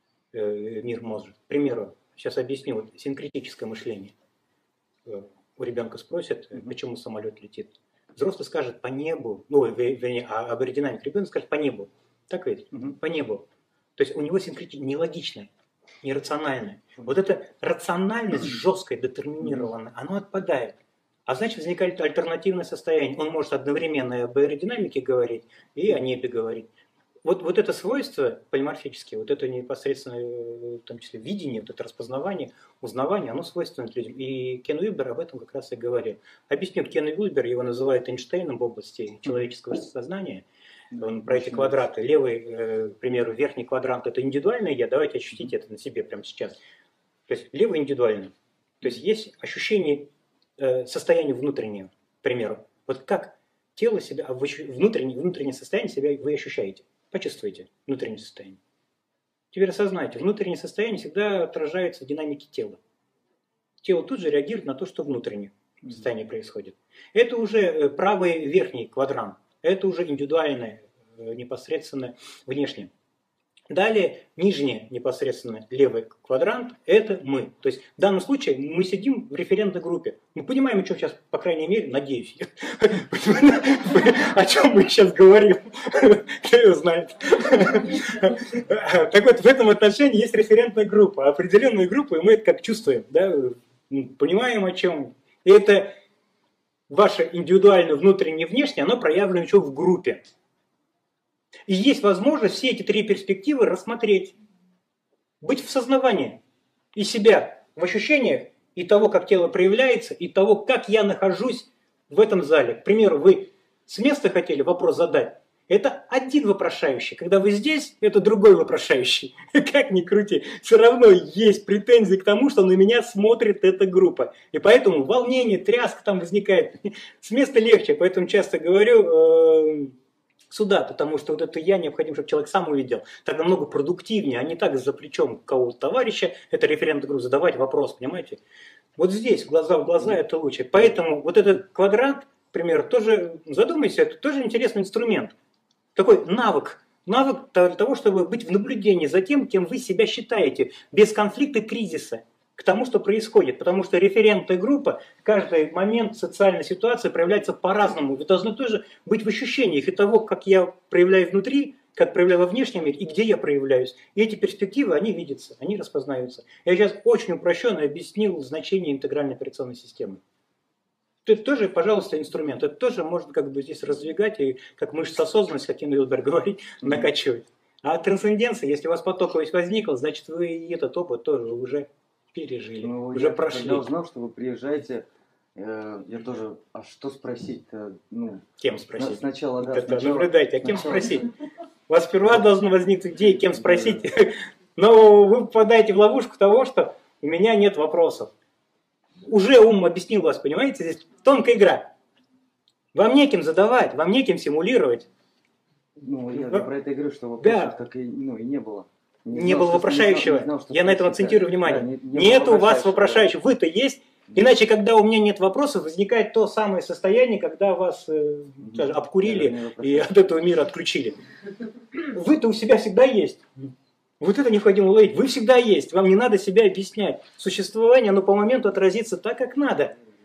э, мир мозга. К примеру, сейчас объясню, вот, синкретическое мышление. Э, у ребенка спросят, почему самолет летит. Взрослый скажет по небу, ну, вернее, а аборигенальный ребенок скажет по небу. Так ведь? Угу. По небу. То есть у него синкретическое, нелогичное, нерациональное. Вот эта рациональность жесткая, детерминированная, она отпадает. А значит, возникает альтернативное состояние. Он может одновременно и об аэродинамике говорить, и о небе говорить. Вот, вот это свойство полиморфическое, вот это непосредственно, в том числе, видение, вот это распознавание, узнавание, оно свойственно людям. И Кен Уилбер об этом как раз и говорил. Объясню, Кен Уилбер, его называют Эйнштейном в области человеческого сознания. Он про эти квадраты. Левый, э, к примеру, верхний квадрант – это индивидуальное я. Давайте ощутите это на себе прямо сейчас. То есть левый индивидуальный. То есть есть ощущение э, состояния внутреннего, к примеру. Вот как тело себя, внутреннее, внутреннее состояние себя вы ощущаете. Почувствуйте внутреннее состояние. Теперь осознайте, внутреннее состояние всегда отражается в динамике тела. Тело тут же реагирует на то, что внутреннее состояние происходит. Это уже правый верхний квадрант. Это уже индивидуальное, непосредственно внешнее. Далее, нижний непосредственно левый квадрант – это мы. То есть в данном случае мы сидим в референтной группе. Мы понимаем, о чем сейчас, по крайней мере, надеюсь. О чем мы сейчас говорим. Кто его знает. Так вот, в этом отношении есть референтная группа. Определенную группу, и мы это как чувствуем. Понимаем, о чем. И это ваше индивидуальное, внутреннее, внешнее, оно проявлено еще в группе. И есть возможность все эти три перспективы рассмотреть. Быть в сознании и себя в ощущениях, и того, как тело проявляется, и того, как я нахожусь в этом зале. К примеру, вы с места хотели вопрос задать. Это один вопрошающий. Когда вы здесь, это другой вопрошающий. Как ни крути, все равно есть претензии к тому, что на меня смотрит эта группа. И поэтому волнение, тряска там возникает. С места легче. Поэтому часто говорю сюда, потому что вот это я необходимо, чтобы человек сам увидел. Так намного продуктивнее, а не так за плечом кого-то товарища, это референтную группу, задавать вопрос, понимаете? Вот здесь, глаза в глаза, это лучше. Поэтому вот этот квадрат, к примеру, тоже, задумайся, это тоже интересный инструмент. Такой навык. Навык для того, чтобы быть в наблюдении за тем, кем вы себя считаете, без конфликта, кризиса, к тому, что происходит. Потому что референтная группа, каждый момент социальной ситуации проявляется по-разному. Вы должны тоже быть в ощущениях и того, как я проявляю внутри, как проявляю во внешнем мире, и где я проявляюсь. И эти перспективы, они видятся, они распознаются. Я сейчас очень упрощенно объяснил значение интегральной операционной системы. Это тоже, пожалуйста, инструмент. Это тоже можно как бы здесь раздвигать и как мышца осознанности, как Кен Уилбер говорит, накачивать. А трансценденция, если у вас потоковость возникла, значит вы и этот опыт тоже уже пережили, ну, уже я, прошли. Я узнал, что вы приезжаете, э, я тоже, а что спросить-то? Ну, кем спросить? Сначала, да. Это сначала, наблюдайте, а кем сначала... спросить? У вас сперва должна возникнуть идея, кем спросить. Но вы попадаете в ловушку того, что у меня нет вопросов. Уже ум объяснил вас, понимаете? Здесь тонкая игра. Вам неким задавать, вам неким симулировать. Ну, я Вы... про это и говорю, что вопросов да. так и, ну, и не было. Не, не знал, было вопрошающего. Не знал, не знал, я на этом акцентирую внимание. Да, не, не нет у вас вопрошающего. Вы-то есть. Иначе, когда у меня нет вопросов, возникает то самое состояние, когда вас э, скажем, обкурили и от этого мира отключили. Вы-то у себя всегда есть. Вот это необходимо уловить. Вы всегда есть. Вам не надо себя объяснять. Существование, оно по моменту отразится так, как надо.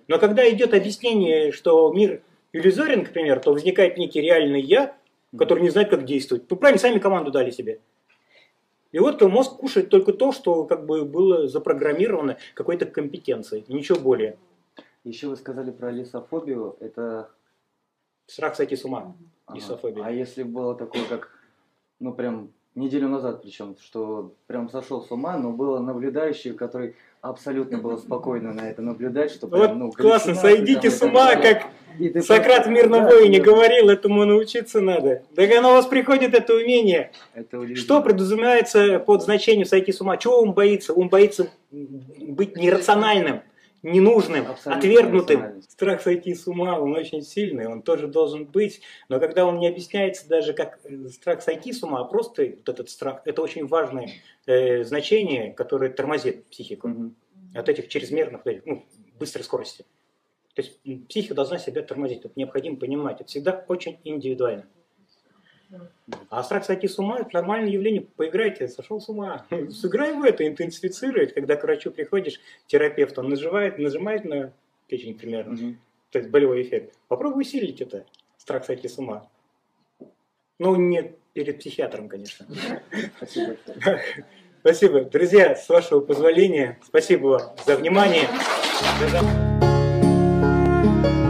Но когда идет объяснение, что мир иллюзорен, к примеру, то возникает некий реальный я, который не знает, как действовать. Вы правильно, сами команду дали себе. И вот мозг кушает только то, что как бы было запрограммировано какой-то компетенцией, и ничего более. Еще вы сказали про лисофобию, это... Страх сойти с ума, Ага. лисофобия. А если было такое, как, ну прям неделю назад причем, что прям сошел с ума, но было наблюдающий, который абсолютно было спокойно на это наблюдать, что прям, Вот ну, классно, галлюцинации сойдите там и с так ума, далее. как И ты Сократ в просто- «Мирном да, воине» да, говорил, этому научиться надо. Так оно у вас приходит, это умение. это удивительно. Что подразумевается под значением «сойти с ума»? Чего ум боится? Ум боится быть нерациональным, ненужным, Абсолютно отвергнутым. нерациональным. Страх сойти с ума, он очень сильный, он тоже должен быть. Но когда он не объясняется даже как э, страх сойти с ума, а просто вот этот страх, это очень важное э, значение, которое тормозит психику Мгм. от этих чрезмерных, ну, быстрой скорости. То есть м, психика должна себя тормозить, это необходимо понимать. Это всегда очень индивидуально. А страх сойти с ума – это нормальное явление. Поиграйте, сошел с ума. Сыграй в это, интенсифицируй. Когда к врачу приходишь, терапевт, он нажимает, нажимает на печень примерно, Мгм. то есть болевой эффект. Попробуй усилить это, страх сойти с ума. Ну, не перед психиатром, конечно. Спасибо. Спасибо. Друзья, с вашего позволения, спасибо вам за внимание.